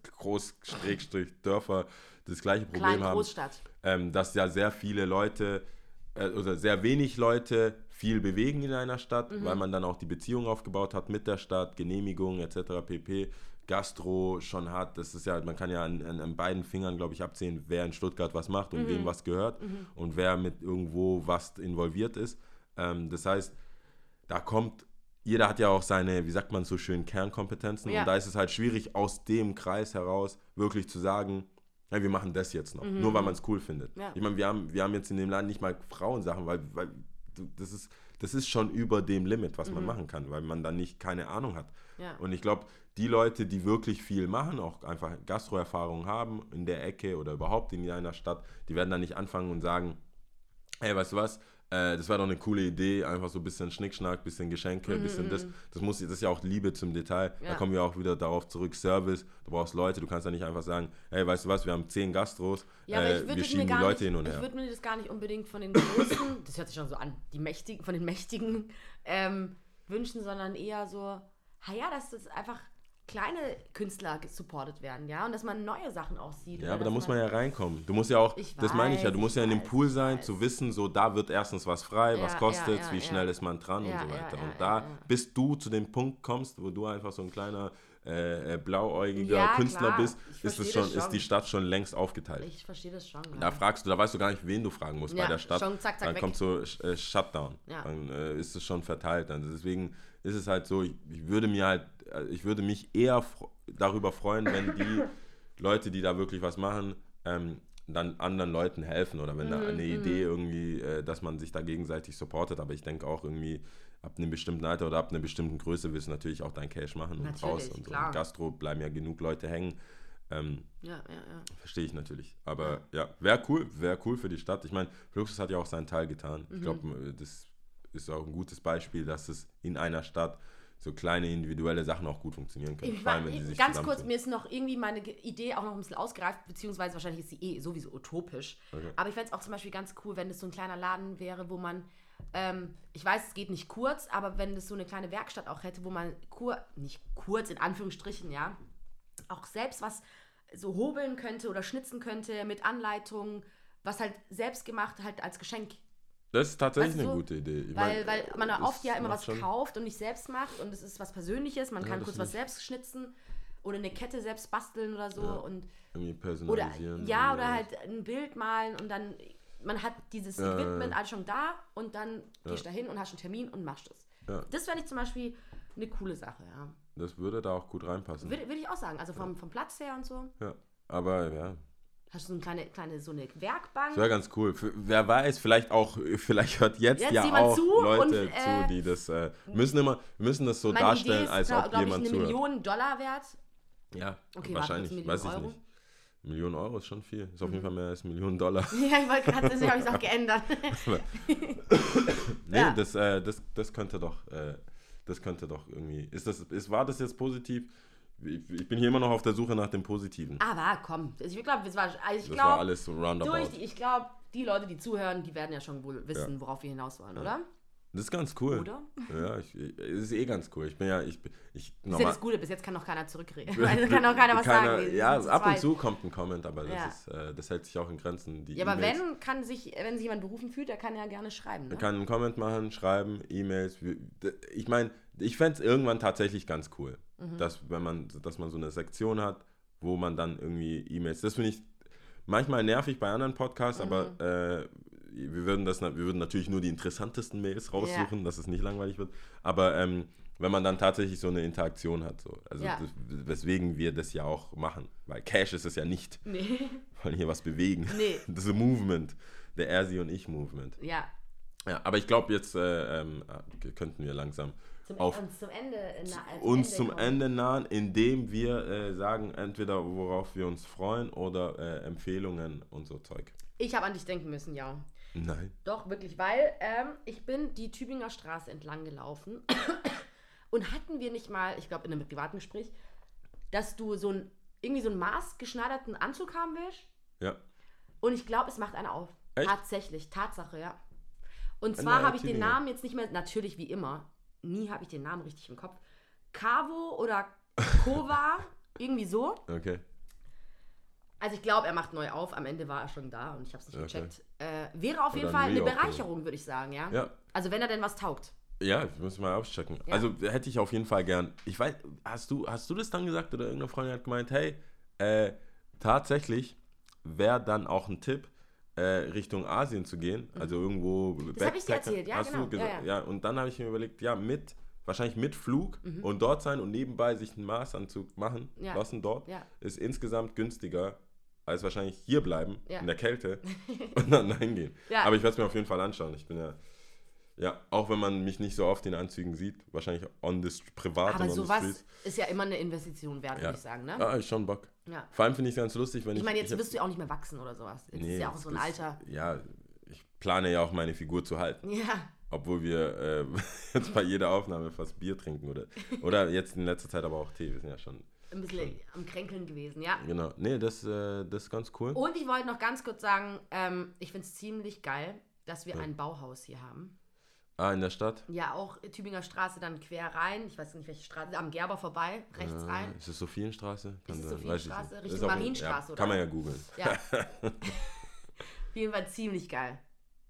Groß-Dörfer das gleiche Problem Klein, haben. Großstadt. Ähm, dass ja sehr viele Leute äh, oder sehr wenig Leute viel bewegen in einer Stadt, Mhm. weil man dann auch die Beziehung aufgebaut hat mit der Stadt, Genehmigung et cetera pp. Gastro schon hat. Das ist ja, man kann ja an, an, an beiden Fingern, glaube ich, absehen, wer in Stuttgart was macht und Mhm. wem was gehört und wer mit irgendwo was involviert ist. Ähm, das heißt, da kommt, jeder hat ja auch seine, wie sagt man so schön, Kernkompetenzen Ja. und da ist es halt schwierig, aus dem Kreis heraus wirklich zu sagen, hey, wir machen das jetzt noch, nur weil man es cool findet. Mhm. Ja. Ich meine, wir haben, wir haben jetzt in dem Laden nicht mal Frauensachen, weil, weil du- das ist, das ist schon über dem Limit, was man machen kann, weil man dann nicht keine Ahnung hat. Mhm. Ja. Und ich glaube, die Leute, die wirklich viel machen, auch einfach Gastroerfahrung haben in der Ecke oder überhaupt in einer Stadt, die werden dann nicht anfangen und sagen, hey, weißt du was, äh, das war doch eine coole Idee, einfach so ein bisschen Schnickschnack, bisschen Geschenke, ein bisschen das. Das, muss, das ist ja auch Liebe zum Detail. Da Ja. kommen wir auch wieder darauf zurück, Service, du brauchst Leute, du kannst ja nicht einfach sagen, hey, weißt du was, wir haben zehn Gastros, Ja, aber ich äh, würde wir es mir schieben die gar Leute nicht, hin und ich her. würde mir das gar nicht unbedingt von den Großen, das hört sich schon so an, die Mächtigen, von den Mächtigen ähm, wünschen, sondern eher so, ha ja, dass das einfach kleine Künstler supportet werden, ja, und dass man neue Sachen auch sieht. Ja, oder aber da dass muss man ja reinkommen. Du musst ja auch, Ich das meine ich ja, du weiß, musst ja in ich dem weiß, Pool ich sein, weiß. zu wissen, so da wird erstens was frei, was Ja, kostet, ja, ja, wie ja. schnell ist man dran Ja, und so ja, weiter. ja, und ja, da, ja. bis du zu dem Punkt kommst, wo du einfach so ein kleiner äh, blauäugiger Ja, Künstler klar. bist, Ich ist, verstehe es schon, das schon. ist die Stadt schon längst aufgeteilt. Ich verstehe das schon. Da fragst du, da weißt du gar nicht, wen du fragen musst Ja, bei der Stadt. schon zack, zack, dann weg. kommt so äh, Shutdown. Ja. Dann äh, ist es schon verteilt. Dann. Deswegen ist es halt so, ich, ich würde mir halt, äh, ich würde mich eher fr- darüber freuen, wenn die Leute, die da wirklich was machen, ähm, dann anderen Leuten helfen oder wenn Mhm, da eine Idee irgendwie, äh, dass man sich da gegenseitig supportet. Aber ich denke auch irgendwie, ab einem bestimmten Alter oder ab einer bestimmten Größe willst du natürlich auch dein Cash machen und Natürlich, raus. Und so. klar. Im Gastro bleiben ja genug Leute hängen. Ähm, Ja, ja, ja. Verstehe ich natürlich. Aber ja, wäre cool, wäre cool für die Stadt. Ich meine, Fluxus hat ja auch seinen Teil getan. Mhm. Ich glaube, das ist auch ein gutes Beispiel, dass es in einer Stadt so kleine individuelle Sachen auch gut funktionieren können. Ich Vor allem, war, wenn sie sich ganz kurz, zusammentun. mir ist noch irgendwie meine Ge- Idee auch noch ein bisschen ausgereift, beziehungsweise wahrscheinlich ist sie eh sowieso utopisch. Okay. Aber ich fände es auch zum Beispiel ganz cool, wenn das so ein kleiner Laden wäre, wo man, ähm, ich weiß, es geht nicht kurz, aber wenn das so eine kleine Werkstatt auch hätte, wo man kur, nicht kurz in Anführungsstrichen, ja, auch selbst was so hobeln könnte oder schnitzen könnte mit Anleitungen, was halt selbst gemacht halt als Geschenk. Das ist tatsächlich Weißt du, eine gute Idee. Ich Weil, mein, weil man das oft ja immer macht was schon- kauft und nicht selbst macht und es ist was Persönliches, man Ja, kann das kurz find was ich- selbst schnitzen oder eine Kette selbst basteln oder so Ja. und Irgendwie oder personalisieren. ja irgendwie oder was. halt ein Bild malen und dann man hat dieses Ja, Equipment ja. alles schon da und dann Ja. gehst du da hin und hast einen Termin und machst es. Ja. Das fände ich zum Beispiel eine coole Sache, ja. Das würde da auch gut reinpassen. Würde, würde ich auch sagen, also vom, vom Platz her und so. Ja. Aber ja, Hast du so eine kleine, kleine so eine Werkbank. das wäre ganz cool. Für, wer weiß, vielleicht auch, vielleicht hört jetzt, Jetzt ja jemand auch zu Leute und, äh, zu, die das äh, müssen immer, müssen das so Meine darstellen, Idee ist, als glaube ob glaub ich, jemand eine zuhört. Million Dollar wert. Ja, Okay, warte, wahrscheinlich, kurz, Million weiß ich Euro? nicht. Millionen Euro ist schon viel. Ist auf jeden Fall mehr als Millionen Dollar. Ja, ich wollte gerade, deswegen habe ich es auch geändert. Nee, Ja. das, äh, das, das könnte doch, äh, das könnte doch irgendwie. Ist das, ist, war das jetzt positiv? Ich, ich bin hier immer noch auf der Suche nach dem Positiven. Aber komm, ich glaube, das war, also ich das war glaube, alles so roundabout. durch die, ich glaube, die Leute, die zuhören, die werden ja schon wohl wissen, worauf wir hinaus wollen, oder? Das ist ganz cool. Oder? Ja, ich, ich, es ist eh ganz cool. Ich bin ja, ich, bin- ich Das ist ja das Gute, bis jetzt kann noch keiner zurückreden. Also kann auch keiner was Keiner- sagen. Wir Ja, sind zu ab und zweit. zu kommt ein Comment, aber das, Ja. ist, äh, das hält sich auch in Grenzen. Die Ja, aber E-Mails- wenn, kann sich, wenn sich jemand berufen fühlt, der kann ja gerne schreiben. Ne? Man kann einen Comment machen, schreiben, E-Mails. Wir- d- Ich meine, ich fände es irgendwann tatsächlich ganz cool, Mhm. dass, wenn man, dass man so eine Sektion hat, wo man dann irgendwie E-Mails. Das finde ich manchmal nervig bei anderen Podcasts, Mhm. aber äh, wir, würden das, na- wir würden natürlich nur die interessantesten Mails raussuchen, dass es nicht langweilig wird. Aber ähm, wenn man dann tatsächlich so eine Interaktion hat, so, also Ja. das, weswegen wir das ja auch machen, weil Cash ist es ja nicht. Nee. Wir wollen hier was bewegen. Nee. Das ist ein Movement, der Er, Sie und Ich Movement. Ja. Ja, aber ich glaube, jetzt äh, ähm, könnten wir langsam Zum, auf uns zum Ende, äh, na, äh, uns zum kommen. Ende nahen, indem wir äh, sagen, entweder worauf wir uns freuen oder äh, Empfehlungen und so Zeug. Ich habe an dich denken müssen, ja. Nein. Doch, wirklich, weil ähm, ich bin die Tübinger Straße entlang gelaufen und hatten wir nicht mal, ich glaube in einem privaten Gespräch, dass du so ein, irgendwie so einen maßgeschneiderten Anzug haben willst Ja. und ich glaube, es macht einer auf. Echt? Tatsächlich, Tatsache, ja. Und Eine zwar habe ich den Tübinger. Namen jetzt nicht mehr, natürlich wie immer, nie habe ich den Namen richtig im Kopf. Cavo oder Kova, irgendwie so. Okay. Also ich glaube, er macht neu auf. Am Ende war er schon da und ich habe es nicht Okay. gecheckt. Äh, wäre auf jeden Oder Fall eine Reopening. Bereicherung, würde ich sagen, ja? Ja. Also wenn er denn was taugt. Ja, ich muss mal auschecken. Ja. Also hätte ich auf jeden Fall gern. Ich weiß, hast du, hast du das dann gesagt oder irgendeine Freundin hat gemeint, hey, äh, tatsächlich wäre dann auch ein Tipp, äh, Richtung Asien zu gehen, also irgendwo Mhm. Das hab ich dir Backpacken. erzählt, ja, Hast genau, du gesagt? ja, Ja, ja. und dann habe ich mir überlegt, ja, mit, wahrscheinlich mit Flug und dort sein und nebenbei sich einen Maßanzug machen Mhm. Ja. lassen dort, Ja. ist insgesamt günstiger als wahrscheinlich hier bleiben Ja. in der Kälte und dann dahin gehen. Ja. Aber ich werde es mir auf jeden Fall anschauen. Ich bin ja, ja, auch wenn man mich nicht so oft in Anzügen sieht, wahrscheinlich on the st- privat Aber und on the sowas streets. ist ja immer eine Investition wert, Ja. würde ich sagen, ne? Ja, hab ich schon Bock. Ja. Vor allem finde ich es ganz lustig, wenn ich... Ich meine, jetzt hab- wirst du ja auch nicht mehr wachsen oder sowas. Jetzt nee, ist ja auch das- so ein das- Alter. Ja, ich plane ja auch meine Figur zu halten. Ja. Obwohl wir äh, jetzt bei jeder Aufnahme fast Bier trinken oder, oder jetzt in letzter Zeit aber auch Tee. Wir sind ja schon... Ein bisschen am Kränkeln gewesen, ja. Genau. Nee, das, äh, das ist ganz cool. Und ich wollte noch ganz kurz sagen, ähm, ich finde es ziemlich geil, dass wir ein Bauhaus hier haben. Ah, in der Stadt? Ja, auch Tübinger Straße dann quer rein. Ich weiß nicht, welche Straße. Am Gerber vorbei, rechts rein. Äh, ist es Sophienstraße? Kann Ist es sein. Sophienstraße? Weiß ich nicht. Richtung Ist auch- Marienstraße, ja, oder? Kann man ja googeln. Ja. Auf jeden Fall ziemlich geil.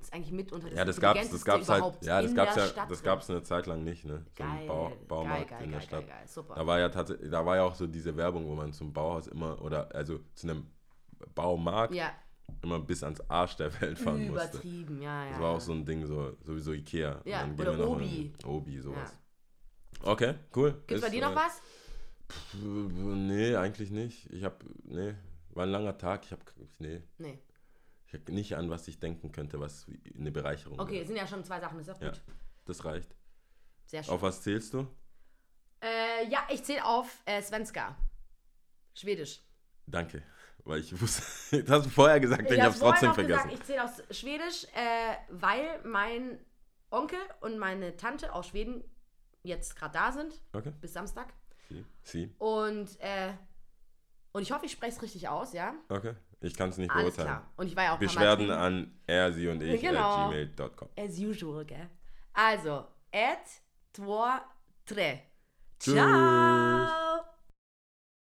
ist eigentlich mitunter das Ja, das gab's, das intelligenteste gab's halt, überhaupt ja, das in gab's der ja, Stadt das so. gab's eine Zeit lang nicht, ne? So ein Geil, Bau, Baumarkt geil, in der geil, Stadt. geil, geil, super. Da war ja tatsächlich, da war ja auch so diese Werbung, wo man zum Bauhaus immer, oder also zu einem Baumarkt Ja, immer bis ans Arsch der Welt fahren musste. übertrieben, ja, ja. Das war ja. auch so ein Ding, so sowieso Ikea. Ja, Und dann oder gehen wir noch Obi. in Obi, sowas. Okay, cool. Gibt's bei Ist, dir noch äh, was? pff, Nee, eigentlich nicht. Ich hab, nee, war ein langer Tag. Ich hab, nee, Nee. ich hab nicht an, was ich denken könnte, was eine Bereicherung Okay, wäre. sind ja schon zwei Sachen, das ist auch Ja, gut. das reicht. Sehr schön. Auf was zählst du? Äh, ja, ich zähle auf äh, Svenska. Schwedisch. Danke. Weil ich wusste, das hast du vorher gesagt, ich, ich hab's trotzdem vergessen. Gesagt, ich zähle auf Schwedisch, äh, weil mein Onkel und meine Tante aus Schweden jetzt gerade da sind, Okay. bis Samstag. Sie. Sie. Und, äh, und ich hoffe, ich spreche es richtig aus, ja? Okay. Ich kann es nicht Alles beurteilen. klar. Und ich war ja auch ein paar Mal Beschwerden drüben. an er, sie und ich Genau. at gmail punkt com. As usual, gell? Also, et, trois, tre. Tschüss. Ciao!